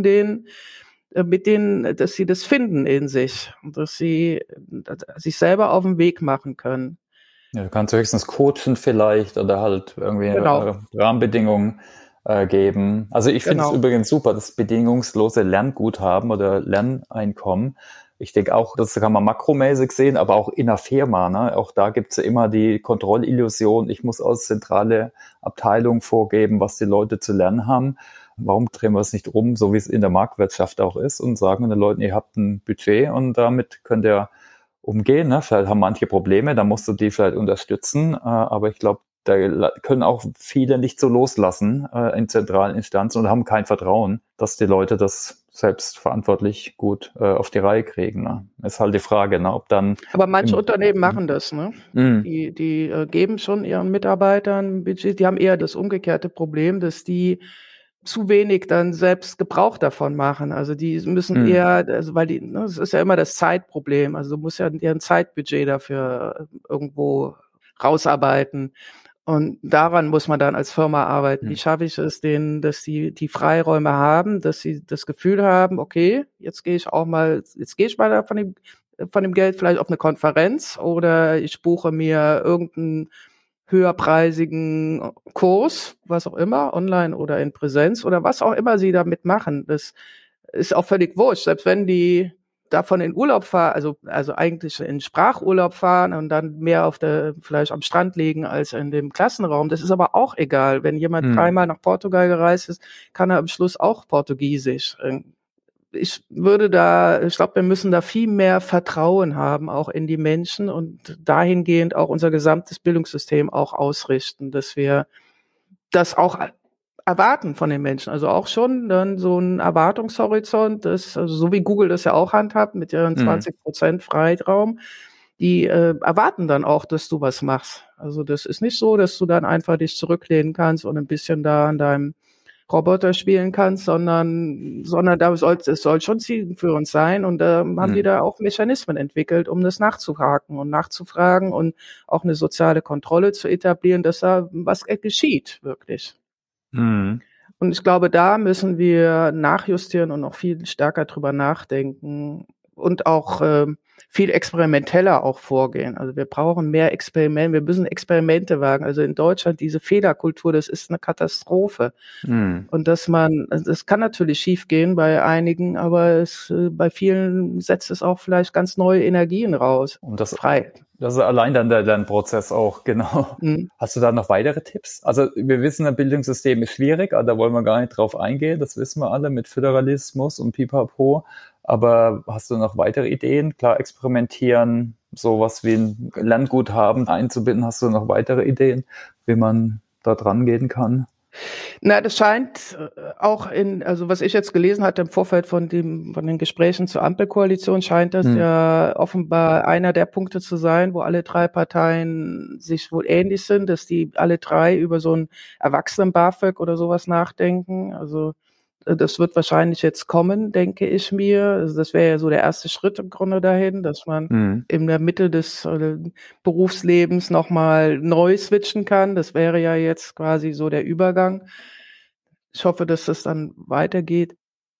dass sie das finden in sich und dass sie sich selber auf den Weg machen können. Ja, du kannst höchstens coachen vielleicht oder halt irgendwie Rahmenbedingungen geben. Also ich finde es übrigens super, das bedingungslose Lernguthaben oder Lerneinkommen. Ich denke auch, das kann man makromäßig sehen, aber auch in der Firma. Ne? Auch da gibt es ja immer die Kontrollillusion. Ich muss als zentrale Abteilung vorgeben, was die Leute zu lernen haben. Warum drehen wir es nicht um, so wie es in der Marktwirtschaft auch ist und sagen den Leuten, ihr habt ein Budget und damit könnt ihr umgehen. Ne? Vielleicht haben manche Probleme, da musst du die vielleicht unterstützen. Aber ich glaube, da können auch viele nicht so loslassen in zentralen Instanzen und haben kein Vertrauen, dass die Leute das selbst verantwortlich gut auf die Reihe kriegen. Ne? Ist halt die Frage, ne? Ob dann. Aber manche Unternehmen machen das, ne? Die geben schon ihren Mitarbeitern Budget. Die haben eher das umgekehrte Problem, dass die zu wenig dann selbst Gebrauch davon machen. Also die müssen eher, weil das ist ja immer das Zeitproblem. Also du musst ja ein Zeitbudget dafür irgendwo rausarbeiten. Und daran muss man dann als Firma arbeiten. Wie schaffe ich es denen, dass die Freiräume haben, dass sie das Gefühl haben, okay, jetzt gehe ich mal da von dem Geld vielleicht auf eine Konferenz oder ich buche mir irgendeinen höherpreisigen Kurs, was auch immer, online oder in Präsenz oder was auch immer sie damit machen. Das ist auch völlig wurscht, selbst wenn die davon in Urlaub fahren, also eigentlich in Sprachurlaub fahren und dann mehr vielleicht am Strand liegen als in dem Klassenraum. Das ist aber auch egal. Wenn jemand 3-mal nach Portugal gereist ist, kann er am Schluss auch Portugiesisch. Ich glaube, wir müssen da viel mehr Vertrauen haben, auch in die Menschen und dahingehend auch unser gesamtes Bildungssystem auch ausrichten, dass wir das auch erwarten von den Menschen. Also auch schon dann so ein Erwartungshorizont, also so wie Google das ja auch handhabt mit ihren 20% Freiraum, die erwarten dann auch, dass du was machst. Also das ist nicht so, dass du dann einfach dich zurücklehnen kannst und ein bisschen da an deinem Roboter spielen kannst, sondern es soll schon zielführend sein und haben die da auch Mechanismen entwickelt, um das nachzuhaken und nachzufragen und auch eine soziale Kontrolle zu etablieren, dass da was geschieht, wirklich. Und ich glaube, da müssen wir nachjustieren und noch viel stärker drüber nachdenken und auch viel experimenteller auch vorgehen. Also wir brauchen mehr Experimente, wir müssen Experimente wagen. Also in Deutschland diese Fehlerkultur, das ist eine Katastrophe. Und das kann natürlich schiefgehen bei einigen, aber bei vielen setzt es auch vielleicht ganz neue Energien raus. Und das frei. Das ist allein dann der Lernprozess auch, genau. Hast du da noch weitere Tipps? Also wir wissen, ein Bildungssystem ist schwierig, aber da wollen wir gar nicht drauf eingehen, das wissen wir alle mit Föderalismus und Pipapo. Aber hast du noch weitere Ideen? Klar, experimentieren, sowas wie ein Lernguthaben einzubinden. Hast du noch weitere Ideen, wie man da dran gehen kann? Na, das scheint auch also was ich jetzt gelesen hatte im Vorfeld von den Gesprächen zur Ampelkoalition, scheint das ja offenbar einer der Punkte zu sein, wo alle 3 Parteien sich wohl ähnlich sind, dass die alle 3 über so ein Erwachsenen-BAföG oder sowas nachdenken. Also das wird wahrscheinlich jetzt kommen, denke ich mir. Also das wäre ja so der erste Schritt im Grunde dahin, dass man in der Mitte des Berufslebens nochmal neu switchen kann. Das wäre ja jetzt quasi so der Übergang. Ich hoffe, dass das dann weitergeht.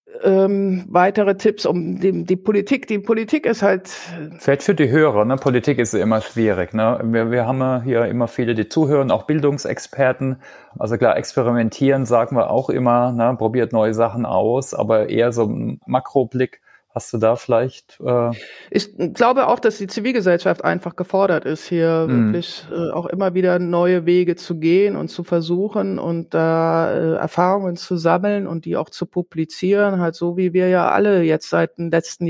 Weitere Tipps die Politik. Die Politik ist halt... Vielleicht für die Hörer, ne? Politik ist immer schwierig. Ne? Wir haben ja hier immer viele, die zuhören, auch Bildungsexperten. Also klar, experimentieren sagen wir auch immer, ne? Probiert neue Sachen aus, aber eher so ein Makroblick. Hast du da vielleicht... Ich glaube auch, dass die Zivilgesellschaft einfach gefordert ist, hier wirklich auch immer wieder neue Wege zu gehen und zu versuchen und da Erfahrungen zu sammeln und die auch zu publizieren, halt so wie wir ja alle jetzt seit den letzten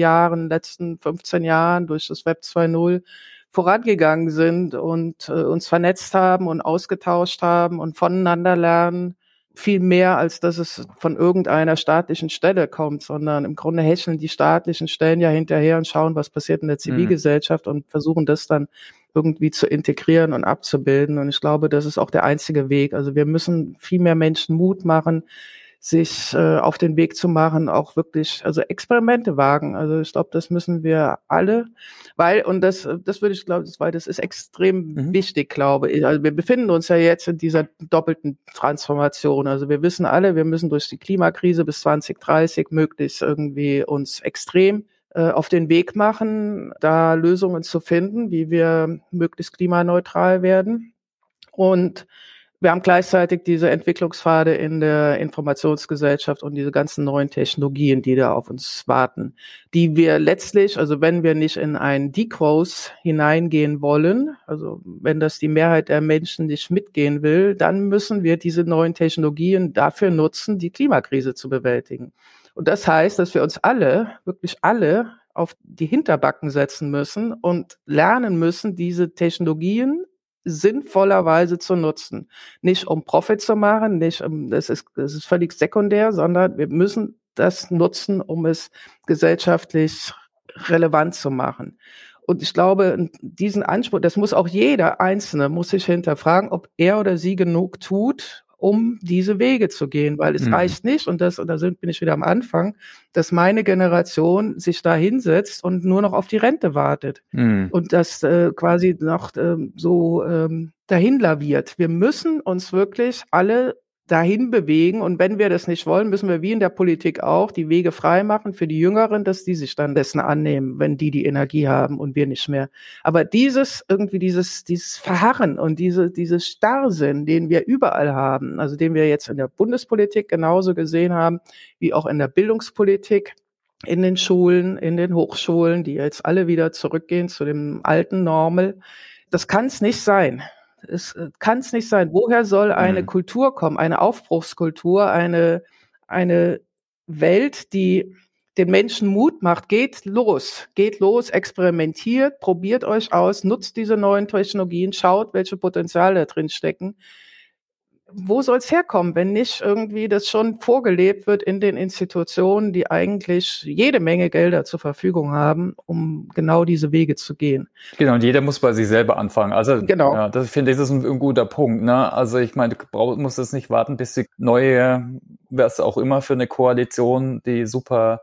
15 Jahren durch das Web 2.0 vorangegangen sind und uns vernetzt haben und ausgetauscht haben und voneinander lernen. Viel mehr, als dass es von irgendeiner staatlichen Stelle kommt, sondern im Grunde häscheln die staatlichen Stellen ja hinterher und schauen, was passiert in der Zivilgesellschaft und versuchen das dann irgendwie zu integrieren und abzubilden. Und ich glaube, das ist auch der einzige Weg. Also wir müssen viel mehr Menschen Mut machen, sich auf den Weg zu machen, auch wirklich, also Experimente wagen. Also ich glaube, das müssen wir alle, weil das würde ich glaube, weil das ist extrem wichtig, glaube ich. Also wir befinden uns ja jetzt in dieser doppelten Transformation. Also wir wissen alle, wir müssen durch die Klimakrise bis 2030 möglichst irgendwie uns extrem auf den Weg machen, da Lösungen zu finden, wie wir möglichst klimaneutral werden. Und wir haben gleichzeitig diese Entwicklungspfade in der Informationsgesellschaft und diese ganzen neuen Technologien, die da auf uns warten, die wir letztlich, also wenn wir nicht in einen Degrowth hineingehen wollen, also wenn das die Mehrheit der Menschen nicht mitgehen will, dann müssen wir diese neuen Technologien dafür nutzen, die Klimakrise zu bewältigen. Und das heißt, dass wir uns alle, wirklich alle, auf die Hinterbacken setzen müssen und lernen müssen, diese Technologien sinnvollerweise zu nutzen. Nicht um Profit zu machen, das ist völlig sekundär, sondern wir müssen das nutzen, um es gesellschaftlich relevant zu machen. Und ich glaube, diesen Anspruch, das muss auch jeder Einzelne, muss sich hinterfragen, ob er oder sie genug tut, um diese Wege zu gehen, weil es reicht nicht, und bin ich wieder am Anfang, dass meine Generation sich da hinsetzt und nur noch auf die Rente wartet und das quasi noch dahin laviert. Wir müssen uns wirklich alle dahin bewegen, und wenn wir das nicht wollen, müssen wir wie in der Politik auch die Wege frei machen für die Jüngeren, dass die sich dann dessen annehmen, wenn die Energie haben und wir nicht mehr. Aber dieses Verharren und dieses Starrsinn, den wir überall haben, also den wir jetzt in der Bundespolitik genauso gesehen haben, wie auch in der Bildungspolitik, in den Schulen, in den Hochschulen, die jetzt alle wieder zurückgehen zu dem alten Normal, das kann es nicht sein. Es kann es nicht sein. Woher soll eine Kultur kommen, eine Aufbruchskultur, eine Welt, die den Menschen Mut macht? Geht los, experimentiert, probiert euch aus, nutzt diese neuen Technologien, schaut, welche Potenziale da drin stecken. Wo soll es herkommen, wenn nicht irgendwie das schon vorgelebt wird in den Institutionen, die eigentlich jede Menge Gelder zur Verfügung haben, um genau diese Wege zu gehen? Genau, und jeder muss bei sich selber anfangen. Also genau. Ja, das finde ich, das ist ein guter Punkt. Ne? Also ich meine, du musst jetzt nicht warten, bis die neue, was auch immer für eine Koalition, die super,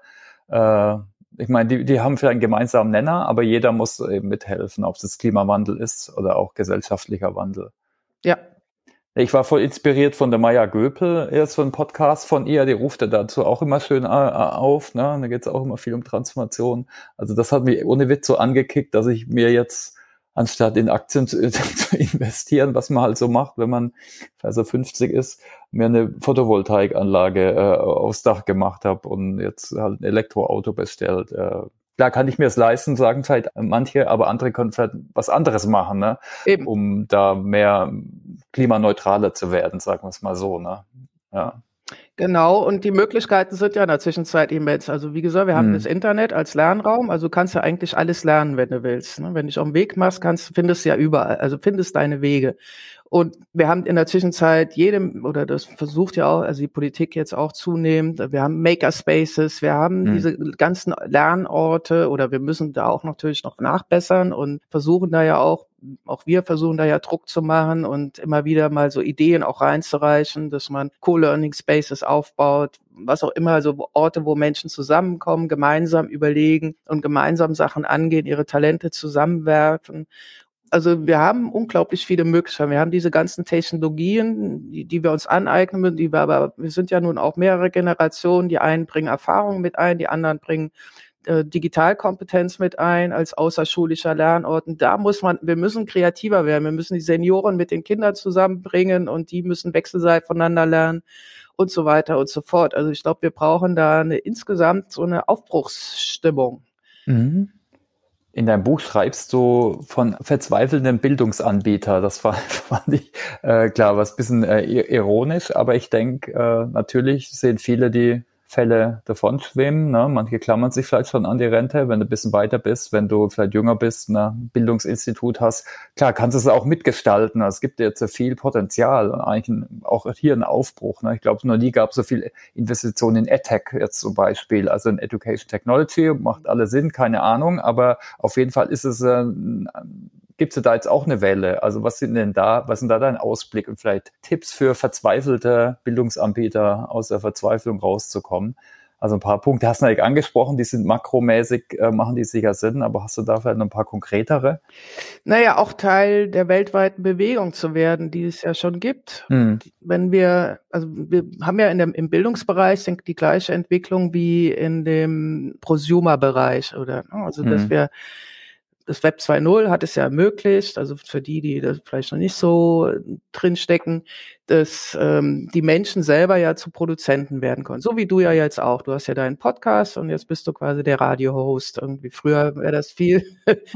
ich meine, die haben vielleicht einen gemeinsamen Nenner, aber jeder muss eben mithelfen, ob es jetzt Klimawandel ist oder auch gesellschaftlicher Wandel. Ja. Ich war voll inspiriert von der Maya Göpel, erst so ein Podcast von ihr, die ruft ja dazu auch immer schön auf, ne? Da geht es auch immer viel um Transformation. Also das hat mich ohne Witz so angekickt, dass ich mir jetzt, anstatt in Aktien zu investieren, was man halt so macht, wenn man also 50 ist, mir eine Photovoltaikanlage aufs Dach gemacht habe und jetzt halt ein Elektroauto bestellt. Klar kann ich mir es leisten, sagen vielleicht manche, aber andere können vielleicht was anderes machen, ne? Eben. Um da mehr klimaneutraler zu werden, sagen wir es mal so, ne? Ja. Genau, und die Möglichkeiten sind ja in der Zwischenzeit immens. Also wie gesagt, wir haben das Internet als Lernraum, also du kannst ja eigentlich alles lernen, wenn du willst. Ne? Wenn du dich auf den Weg machst, findest du ja überall, also findest deine Wege. Und wir haben in der Zwischenzeit oder das versucht ja auch, also die Politik jetzt auch zunehmend, wir haben Makerspaces, wir haben diese ganzen Lernorte, oder wir müssen da auch natürlich noch nachbessern und versuchen da ja auch wir versuchen da ja Druck zu machen und immer wieder mal so Ideen auch reinzureichen, dass man Co-Learning Spaces aufbaut, was auch immer, also Orte, wo Menschen zusammenkommen, gemeinsam überlegen und gemeinsam Sachen angehen, ihre Talente zusammenwerfen. Also wir haben unglaublich viele Möglichkeiten. Wir haben diese ganzen Technologien, die wir uns aneignen müssen, wir sind ja nun auch mehrere Generationen, die einen bringen Erfahrungen mit ein, die anderen bringen Digitalkompetenz mit ein als außerschulischer Lernort. Und wir müssen kreativer werden. Wir müssen die Senioren mit den Kindern zusammenbringen und die müssen wechselseitig voneinander lernen und so weiter und so fort. Also ich glaube, wir brauchen da insgesamt so eine Aufbruchsstimmung. In deinem Buch schreibst du von verzweifelnden Bildungsanbietern. Das fand ich klar, was ein bisschen ironisch, aber ich denke, natürlich sehen viele die Fälle davon schwimmen. Ne? Manche klammern sich vielleicht schon an die Rente, wenn du ein bisschen weiter bist, wenn du vielleicht jünger bist, ein Bildungsinstitut hast. Klar, kannst du es auch mitgestalten. Es gibt jetzt viel Potenzial und eigentlich auch hier einen Aufbruch. Ne? Ich glaube, noch nie gab es so viel Investitionen in EdTech jetzt zum Beispiel, also in Education Technology. Macht alle Sinn, keine Ahnung, aber auf jeden Fall ist es gibt es da jetzt auch eine Welle? Also was sind da dein Ausblick und vielleicht Tipps für verzweifelte Bildungsanbieter aus der Verzweiflung rauszukommen? Also ein paar Punkte hast du eigentlich angesprochen, die sind makromäßig, machen die sicher Sinn, aber hast du da vielleicht noch ein paar konkretere? Naja, auch Teil der weltweiten Bewegung zu werden, die es ja schon gibt. Wenn wir haben ja im Bildungsbereich die gleiche Entwicklung wie in dem Prosumer-Bereich, dass wir das Web 2.0 hat es ja ermöglicht, also für die das vielleicht noch nicht so drin stecken, dass die Menschen selber ja zu Produzenten werden können. So wie du ja jetzt auch. Du hast ja deinen Podcast und jetzt bist du quasi der Radio-Host. Irgendwie früher wäre das viel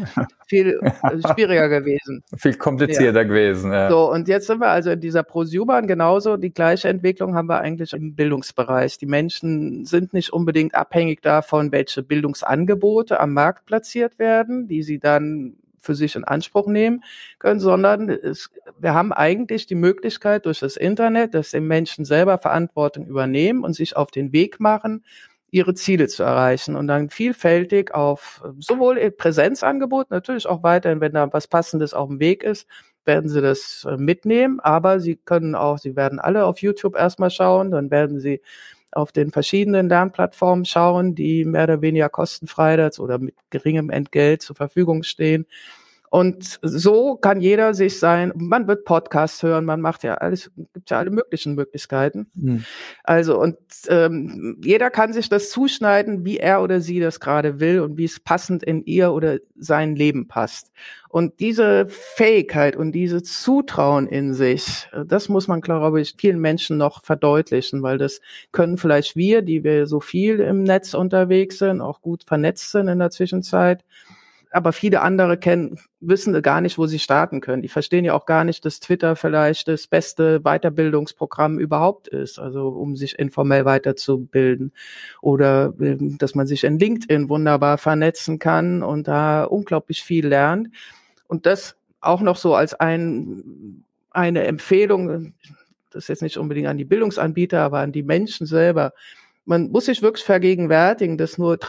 schwieriger gewesen. Viel komplizierter gewesen. Ja. So, und jetzt sind wir also in dieser Prosumer, genauso die gleiche Entwicklung haben wir eigentlich im Bildungsbereich. Die Menschen sind nicht unbedingt abhängig davon, welche Bildungsangebote am Markt platziert werden, die sie dann für sich in Anspruch nehmen können, sondern wir haben eigentlich die Möglichkeit durch das Internet, dass die Menschen selber Verantwortung übernehmen und sich auf den Weg machen, ihre Ziele zu erreichen und dann vielfältig auf sowohl Präsenzangebot, natürlich auch weiterhin, wenn da was Passendes auf dem Weg ist, werden sie das mitnehmen, aber sie werden alle auf YouTube erstmal schauen, dann werden sie auf den verschiedenen Lernplattformen schauen, die mehr oder weniger kostenfrei oder mit geringem Entgelt zur Verfügung stehen. Und so kann jeder man wird Podcasts hören, man macht ja alles, gibt ja alle möglichen Möglichkeiten. Also, und jeder kann sich das zuschneiden, wie er oder sie das gerade will und wie es passend in ihr oder sein Leben passt. Und diese Fähigkeit und diese Zutrauen in sich, das muss man, glaube ich, vielen Menschen noch verdeutlichen, weil das können vielleicht wir, die wir so viel im Netz unterwegs sind, auch gut vernetzt sind in der Zwischenzeit, aber viele andere wissen gar nicht, wo sie starten können. Die verstehen ja auch gar nicht, dass Twitter vielleicht das beste Weiterbildungsprogramm überhaupt ist, also um sich informell weiterzubilden. Oder dass man sich in LinkedIn wunderbar vernetzen kann und da unglaublich viel lernt. Und das auch noch so als eine Empfehlung, das ist jetzt nicht unbedingt an die Bildungsanbieter, aber an die Menschen selber. Man muss sich wirklich vergegenwärtigen, dass nur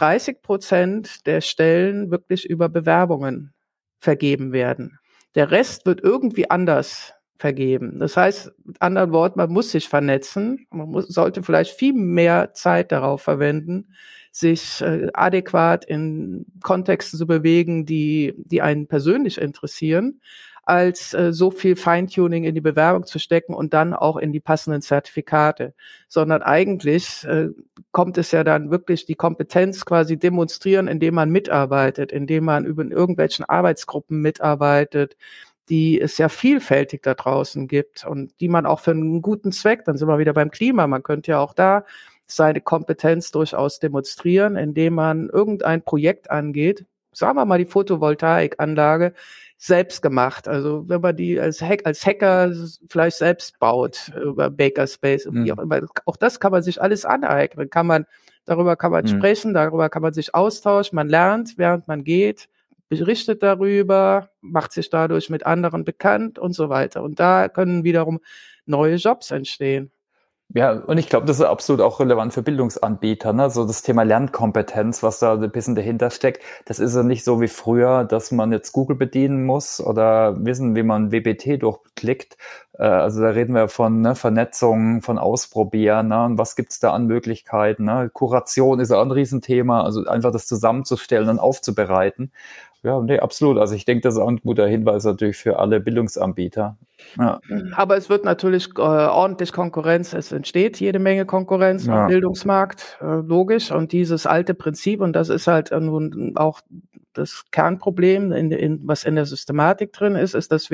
30% der Stellen wirklich über Bewerbungen vergeben werden. Der Rest wird irgendwie anders vergeben. Das heißt, mit anderen Worten, man muss sich vernetzen. Sollte vielleicht viel mehr Zeit darauf verwenden, sich adäquat in Kontexten zu bewegen, die einen persönlich interessieren, als so viel Feintuning in die Bewerbung zu stecken und dann auch in die passenden Zertifikate, sondern eigentlich kommt es ja dann wirklich die Kompetenz quasi demonstrieren, indem man mitarbeitet, indem man über irgendwelchen Arbeitsgruppen mitarbeitet, die es ja vielfältig da draußen gibt und die man auch für einen guten Zweck, dann sind wir wieder beim Klima, man könnte ja auch da seine Kompetenz durchaus demonstrieren, indem man irgendein Projekt angeht, sagen wir mal die Photovoltaikanlage, selbst gemacht. Also wenn man die als Hacker vielleicht selbst baut über Makerspace und wie auch immer. Auch das kann man sich alles aneignen. Darüber kann man sprechen, darüber kann man sich austauschen, man lernt, während man geht, berichtet darüber, macht sich dadurch mit anderen bekannt und so weiter. Und da können wiederum neue Jobs entstehen. Ja, und ich glaube, das ist absolut auch relevant für Bildungsanbieter, ne? So das Thema Lernkompetenz, was da ein bisschen dahinter steckt. Das ist ja nicht so wie früher, dass man jetzt Google bedienen muss oder wissen, wie man WPT durchklickt. Also da reden wir von Vernetzung, von Ausprobieren, ne? Und was gibt's da an Möglichkeiten? Ne? Kuration ist auch ein Riesenthema, also einfach das zusammenzustellen und aufzubereiten. Ja, nee, absolut. Also ich denke, das ist auch ein guter Hinweis natürlich für alle Bildungsanbieter. Ja. Aber es wird natürlich ordentlich Konkurrenz, es entsteht jede Menge Konkurrenz am Bildungsmarkt, logisch. Und dieses alte Prinzip, und das ist halt nun auch das Kernproblem, was in der Systematik drin ist,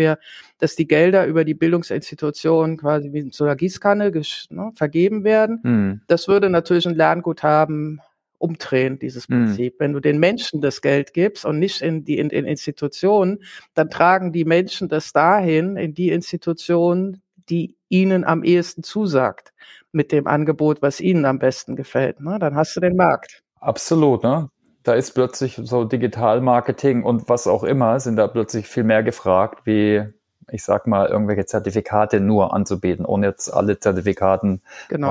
dass die Gelder über die Bildungsinstitutionen quasi wie in so einer Gießkanne vergeben werden. Das würde natürlich ein Lernguthaben umdrehen, dieses Prinzip. Wenn du den Menschen das Geld gibst und nicht in Institutionen, dann tragen die Menschen das dahin, in die Institution, die ihnen am ehesten zusagt, mit dem Angebot, was ihnen am besten gefällt. Ne? Dann hast du den Markt. Absolut, ne? Da ist plötzlich so Digitalmarketing und was auch immer, sind da plötzlich viel mehr gefragt, wie, ich sag mal, irgendwelche Zertifikate nur anzubieten, ohne jetzt alle Zertifikaten in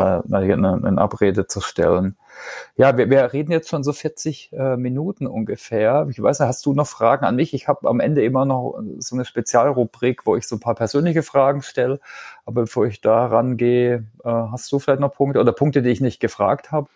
Abrede zu stellen. Ja, wir reden jetzt schon so 40 Minuten ungefähr. Ich weiß nicht, hast du noch Fragen an mich? Ich habe am Ende immer noch so eine Spezialrubrik, wo ich so ein paar persönliche Fragen stelle. Aber bevor ich da rangehe, hast du vielleicht noch Punkte oder Punkte, die ich nicht gefragt habe?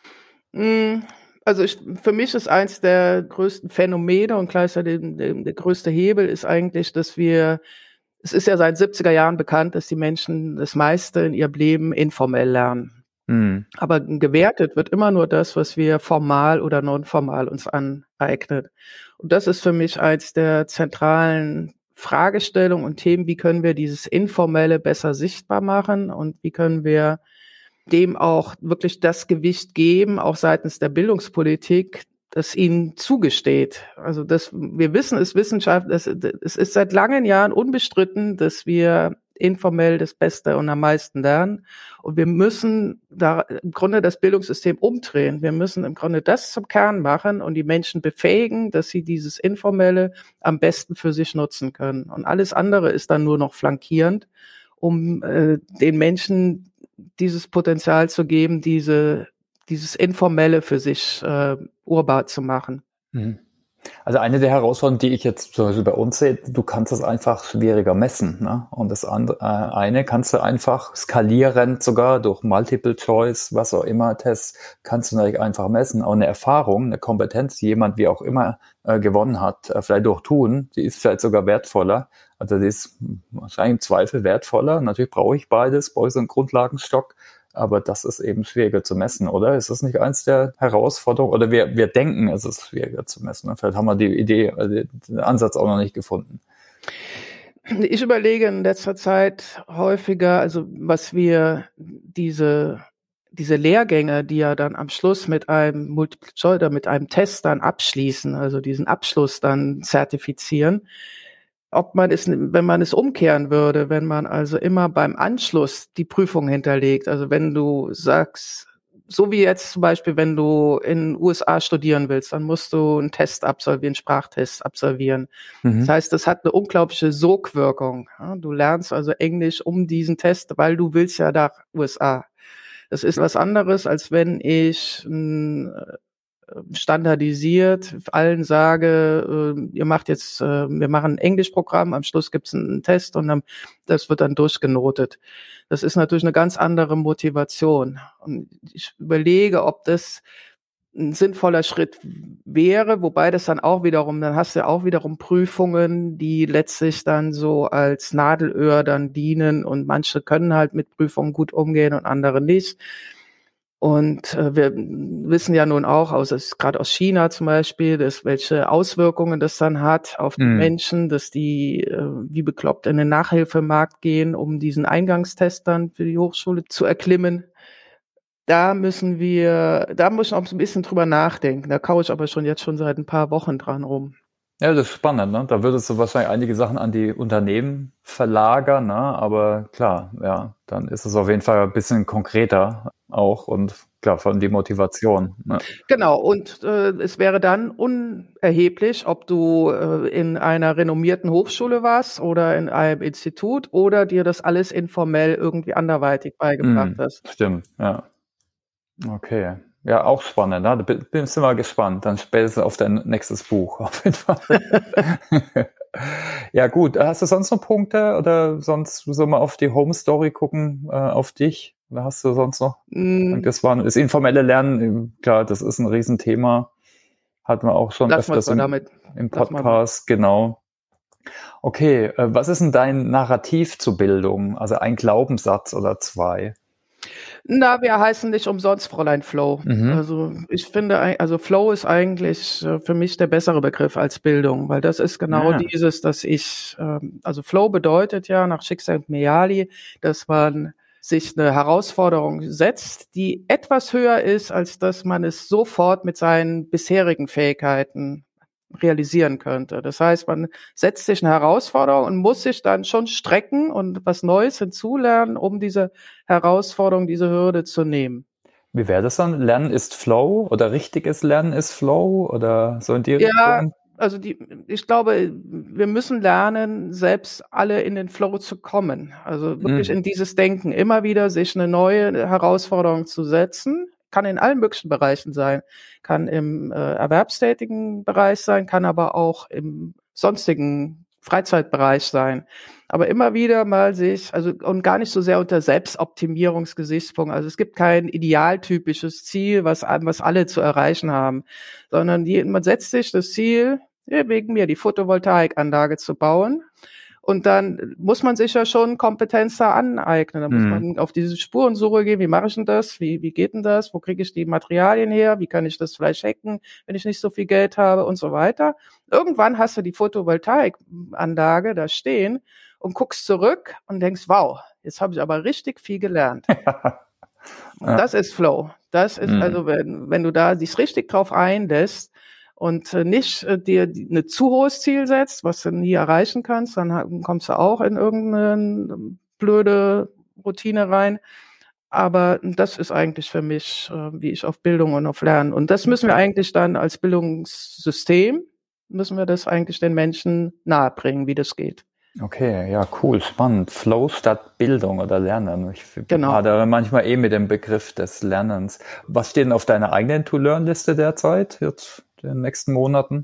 Also für mich ist eins der größten Phänomene und gleichzeitig der größte Hebel ist eigentlich, es ist ja seit 70er Jahren bekannt, dass die Menschen das meiste in ihrem Leben informell lernen. Aber gewertet wird immer nur das, was wir formal oder nonformal uns aneignen. Und das ist für mich eins der zentralen Fragestellungen und Themen, wie können wir dieses Informelle besser sichtbar machen und wie können wir dem auch wirklich das Gewicht geben, auch seitens der Bildungspolitik, das ihnen zugesteht. Also wir wissen es es ist seit langen Jahren unbestritten, dass wir informell das Beste und am meisten lernen. Und wir müssen da im Grunde das Bildungssystem umdrehen. Wir müssen im Grunde das zum Kern machen und die Menschen befähigen, dass sie dieses Informelle am besten für sich nutzen können. Und alles andere ist dann nur noch flankierend, um den Menschen dieses Potenzial zu geben, diese dieses Informelle für sich urbar zu machen. Mhm. Also eine der Herausforderungen, die ich jetzt zum Beispiel bei uns sehe, du kannst es einfach schwieriger messen, ne? Und das andere, eine kannst du einfach skalierend sogar durch Multiple Choice, was auch immer, Tests, kannst du natürlich einfach messen. Aber eine Erfahrung, eine Kompetenz, die jemand wie auch immer gewonnen hat, vielleicht durch Tun, die ist vielleicht sogar wertvoller. Also die ist wahrscheinlich im Zweifel wertvoller. Natürlich brauche ich beides, brauche ich so einen Grundlagenstock. Aber das ist eben schwieriger zu messen, oder? Ist das nicht eins der Herausforderungen? Oder wir denken, es ist schwieriger zu messen. Vielleicht haben wir die Idee, also den Ansatz auch noch nicht gefunden. Ich überlege in letzter Zeit häufiger, also was wir diese Lehrgänge, die ja dann am Schluss mit einem Multiple Choice oder mit einem Test dann abschließen, also diesen Abschluss dann zertifizieren, ob man es, wenn man es umkehren würde, wenn man also immer beim Anschluss die Prüfung hinterlegt, also wenn du sagst, so wie jetzt zum Beispiel, wenn du in den USA studieren willst, dann musst du einen Test absolvieren, einen Sprachtest absolvieren. Das heißt, das hat eine unglaubliche Sogwirkung. Ja, du lernst also Englisch um diesen Test, weil du willst ja nach USA. Das ist was anderes, als wenn ich standardisiert allen sage, ihr macht jetzt, wir machen ein Englischprogramm, am Schluss gibt's einen Test und dann, das wird dann durchgenotet. Das ist natürlich eine ganz andere Motivation. Und ich überlege, ob das ein sinnvoller Schritt wäre, wobei das dann auch wiederum, dann hast du ja auch wiederum Prüfungen, die letztlich dann so als Nadelöhr dann dienen und manche können halt mit Prüfungen gut umgehen und andere nicht. Und wir wissen ja nun auch, gerade aus China zum Beispiel, dass welche Auswirkungen das dann hat auf die Menschen, dass die wie bekloppt in den Nachhilfemarkt gehen, um diesen Eingangstest dann für die Hochschule zu erklimmen. Da muss ich auch so ein bisschen drüber nachdenken. Da kaue ich aber jetzt schon seit ein paar Wochen dran rum. Ja, das ist spannend, ne? Da würdest du wahrscheinlich einige Sachen an die Unternehmen verlagern, ne? Aber klar, ja, dann ist es auf jeden Fall ein bisschen konkreter auch und klar, von die Motivation. Ne? Genau, und es wäre dann unerheblich, ob du in einer renommierten Hochschule warst oder in einem Institut oder dir das alles informell irgendwie anderweitig beigebracht hast. Stimmt, ja. Okay. Ja, auch spannend. Ne? Da bin ich mal gespannt. Dann spätestens auf dein nächstes Buch. Auf jeden Fall. Ja, gut. Hast du sonst noch Punkte oder sonst so mal auf die Home Story gucken, auf dich? Oder hast du sonst noch? Das informelle Lernen, klar, das ist ein Riesenthema. Hatten wir auch schon öfters im Podcast, genau. Okay, was ist denn dein Narrativ zur Bildung? Also ein Glaubenssatz oder zwei? Na, wir heißen nicht umsonst Fräulein Flow. Also ich finde, also Flow ist eigentlich für mich der bessere Begriff als Bildung, weil das ist genau dieses, dass also Flow bedeutet ja nach Csikszentmihalyi, dass man sich eine Herausforderung setzt, die etwas höher ist, als dass man es sofort mit seinen bisherigen Fähigkeiten realisieren könnte. Das heißt, man setzt sich eine Herausforderung und muss sich dann schon strecken und was Neues hinzulernen, um diese Herausforderung, diese Hürde zu nehmen. Wie wäre das dann? Lernen ist Flow oder richtiges Lernen ist Flow oder so in die Richtung? Ja, also ich glaube, wir müssen lernen, selbst alle in den Flow zu kommen. Also wirklich in dieses Denken, immer wieder sich eine neue Herausforderung zu setzen. Kann in allen möglichen Bereichen sein, kann im erwerbstätigen Bereich sein, kann aber auch im sonstigen Freizeitbereich sein. Aber immer wieder mal und gar nicht so sehr unter Selbstoptimierungsgesichtspunkt. Also es gibt kein idealtypisches Ziel, was alle zu erreichen haben, sondern man setzt sich das Ziel, wegen mir die Photovoltaikanlage zu bauen. Und dann muss man sich ja schon Kompetenz da aneignen. Da muss man auf diese Spurensuche gehen. Wie mache ich denn das? Wie geht denn das? Wo kriege ich die Materialien her? Wie kann ich das vielleicht hacken, wenn ich nicht so viel Geld habe und so weiter? Irgendwann hast du die Photovoltaikanlage da stehen und guckst zurück und denkst, wow, jetzt habe ich aber richtig viel gelernt. Das ist Flow. Das ist also, wenn du da dich richtig drauf einlässt, und nicht dir eine zu hohes Ziel setzt, was du nie erreichen kannst, dann kommst du auch in irgendeine blöde Routine rein. Aber das ist eigentlich für mich, wie ich auf Bildung und auf Lernen. Und das müssen wir eigentlich dann als Bildungssystem, müssen wir das eigentlich den Menschen nahebringen, wie das geht. Okay, ja, cool, spannend. Flow statt Bildung oder Lernen. Ich Genau. hadere manchmal mit dem Begriff des Lernens. Was steht denn auf deiner eigenen To-Learn-Liste derzeit, jetzt in den nächsten Monaten?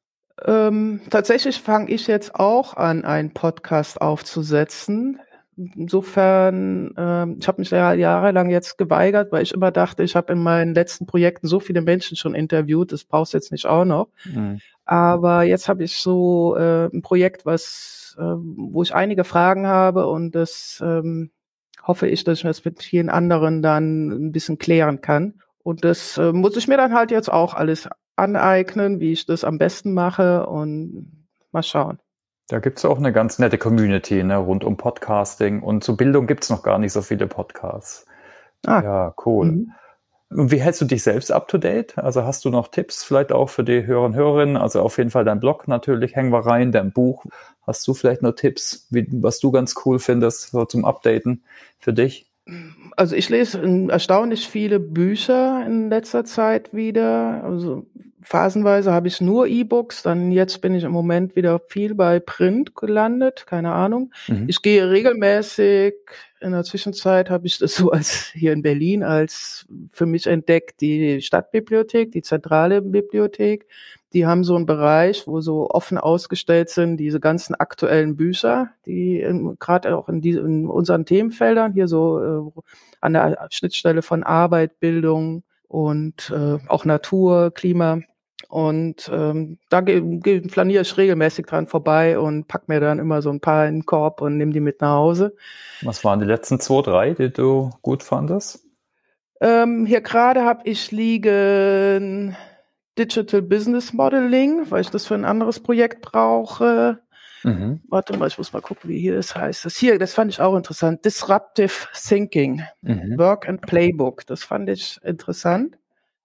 Tatsächlich fange ich jetzt auch an, einen Podcast aufzusetzen. Insofern, ich habe mich ja jahrelang jetzt geweigert, weil ich immer dachte, ich habe in meinen letzten Projekten so viele Menschen schon interviewt, das brauchst du jetzt nicht auch noch. Aber jetzt habe ich so ein Projekt, wo ich einige Fragen habe und das hoffe ich, dass ich das mit vielen anderen dann ein bisschen klären kann. Und das muss ich mir dann halt jetzt auch alles aneignen, wie ich das am besten mache und mal schauen. Da gibt's auch eine ganz nette Community, ne, rund um Podcasting. Und zur Bildung gibt's noch gar nicht so viele Podcasts. Ja, cool. Mhm. Und wie hältst du dich selbst up to date? Also hast du noch Tipps vielleicht auch für die Hörer und Hörerinnen? Also auf jeden Fall dein Blog natürlich, hängen wir rein, dein Buch. Hast du vielleicht noch Tipps, was du ganz cool findest, so zum Updaten für dich? Also ich lese erstaunlich viele Bücher in letzter Zeit wieder. Also phasenweise habe ich nur E-Books, dann jetzt bin ich im Moment wieder viel bei Print gelandet, keine Ahnung. Ich gehe regelmäßig, in der Zwischenzeit habe ich das so als hier in Berlin als für mich entdeckt, die Stadtbibliothek, die zentrale Bibliothek. Die haben so einen Bereich, wo so offen ausgestellt sind diese ganzen aktuellen Bücher, die gerade auch in unseren Themenfeldern hier so an der Schnittstelle von Arbeit, Bildung und auch Natur, Klima. Und da flaniere ich regelmäßig dran vorbei und pack mir dann immer so ein paar in den Korb und nehme die mit nach Hause. Was waren die letzten 2, 3, die du gut fandest? Hier gerade habe ich liegen Digital Business Modeling, weil ich das für ein anderes Projekt brauche. Warte mal, ich muss mal gucken, wie hier das heißt. Das fand ich auch interessant. Disruptive Thinking, Work and Playbook. Das fand ich interessant.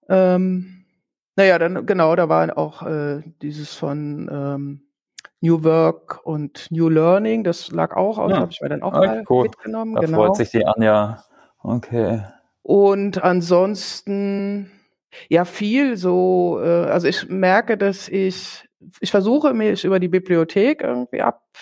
Naja, dann genau, da war auch dieses von New Work und New Learning. Das lag auch aus, habe ich mir dann auch mal mitgenommen. Da freut sich die Anja. Okay. Und ansonsten ja viel so, also ich merke, dass ich versuche mich über die Bibliothek irgendwie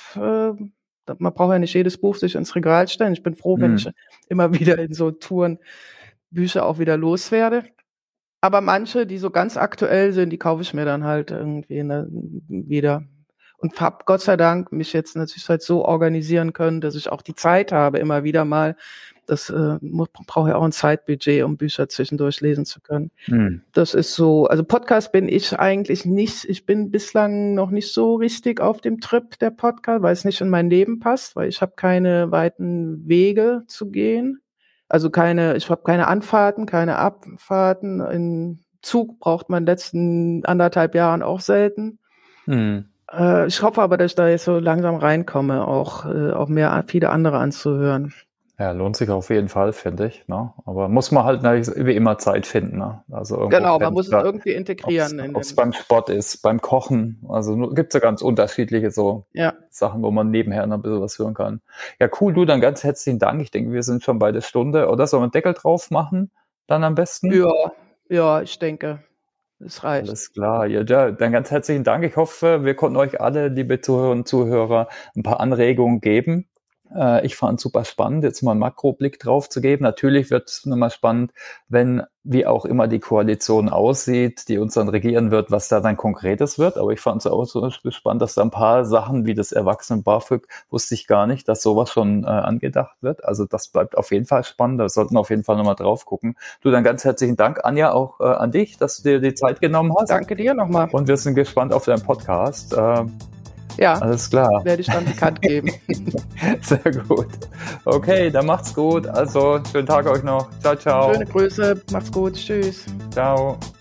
man braucht ja nicht jedes Buch sich ins Regal stellen. Ich bin froh, wenn ich immer wieder in so Touren Bücher auch wieder loswerde. Aber manche, die so ganz aktuell sind, die kaufe ich mir dann halt irgendwie wieder. Und habe Gott sei Dank mich jetzt natürlich halt so organisieren können, dass ich auch die Zeit habe, immer wieder mal. Das brauche ja auch ein Zeitbudget, um Bücher zwischendurch lesen zu können. Das ist so, also Podcast bin ich eigentlich nicht, ich bin bislang noch nicht so richtig auf dem Trip der Podcast, weil es nicht in mein Leben passt, weil ich habe keine weiten Wege zu gehen. Also ich habe keine Anfahrten, keine Abfahrten. In Zug braucht man in den letzten 1,5 Jahren auch selten. Ich hoffe aber, dass ich da jetzt so langsam reinkomme, auch viele andere anzuhören. Ja, lohnt sich auf jeden Fall, finde ich. Ne? Aber muss man halt wie immer Zeit finden. Ne? Also genau, man muss es irgendwie integrieren. Ob es beim Sport ist, beim Kochen. Also gibt es ja ganz unterschiedliche Sachen, wo man nebenher noch ein bisschen was hören kann. Ja, cool, du, dann ganz herzlichen Dank. Ich denke, wir sind schon bei der Stunde. Oder sollen wir einen Deckel drauf machen? Dann am besten? Ja, ich denke, es reicht. Alles klar. Ja, dann ganz herzlichen Dank. Ich hoffe, wir konnten euch alle, liebe Zuhörerinnen und Zuhörer, ein paar Anregungen geben. Ich fand es super spannend, jetzt mal einen Makroblick drauf zu geben. Natürlich wird es nochmal spannend, wenn, wie auch immer die Koalition aussieht, die uns dann regieren wird, was da dann Konkretes wird. Aber ich fand es auch so spannend, dass da ein paar Sachen wie das Erwachsenen-BAföG wusste ich gar nicht, dass sowas schon angedacht wird. Also das bleibt auf jeden Fall spannend. Da sollten wir auf jeden Fall nochmal drauf gucken. Du, dann ganz herzlichen Dank, Anja, auch an dich, dass du dir die Zeit genommen hast. Danke dir nochmal. Und wir sind gespannt auf deinen Podcast. Ja, alles klar. Werde ich dann bekannt geben. Sehr gut. Okay, dann macht's gut. Also, schönen Tag euch noch. Ciao, ciao. Schöne Grüße, macht's gut. Tschüss. Ciao.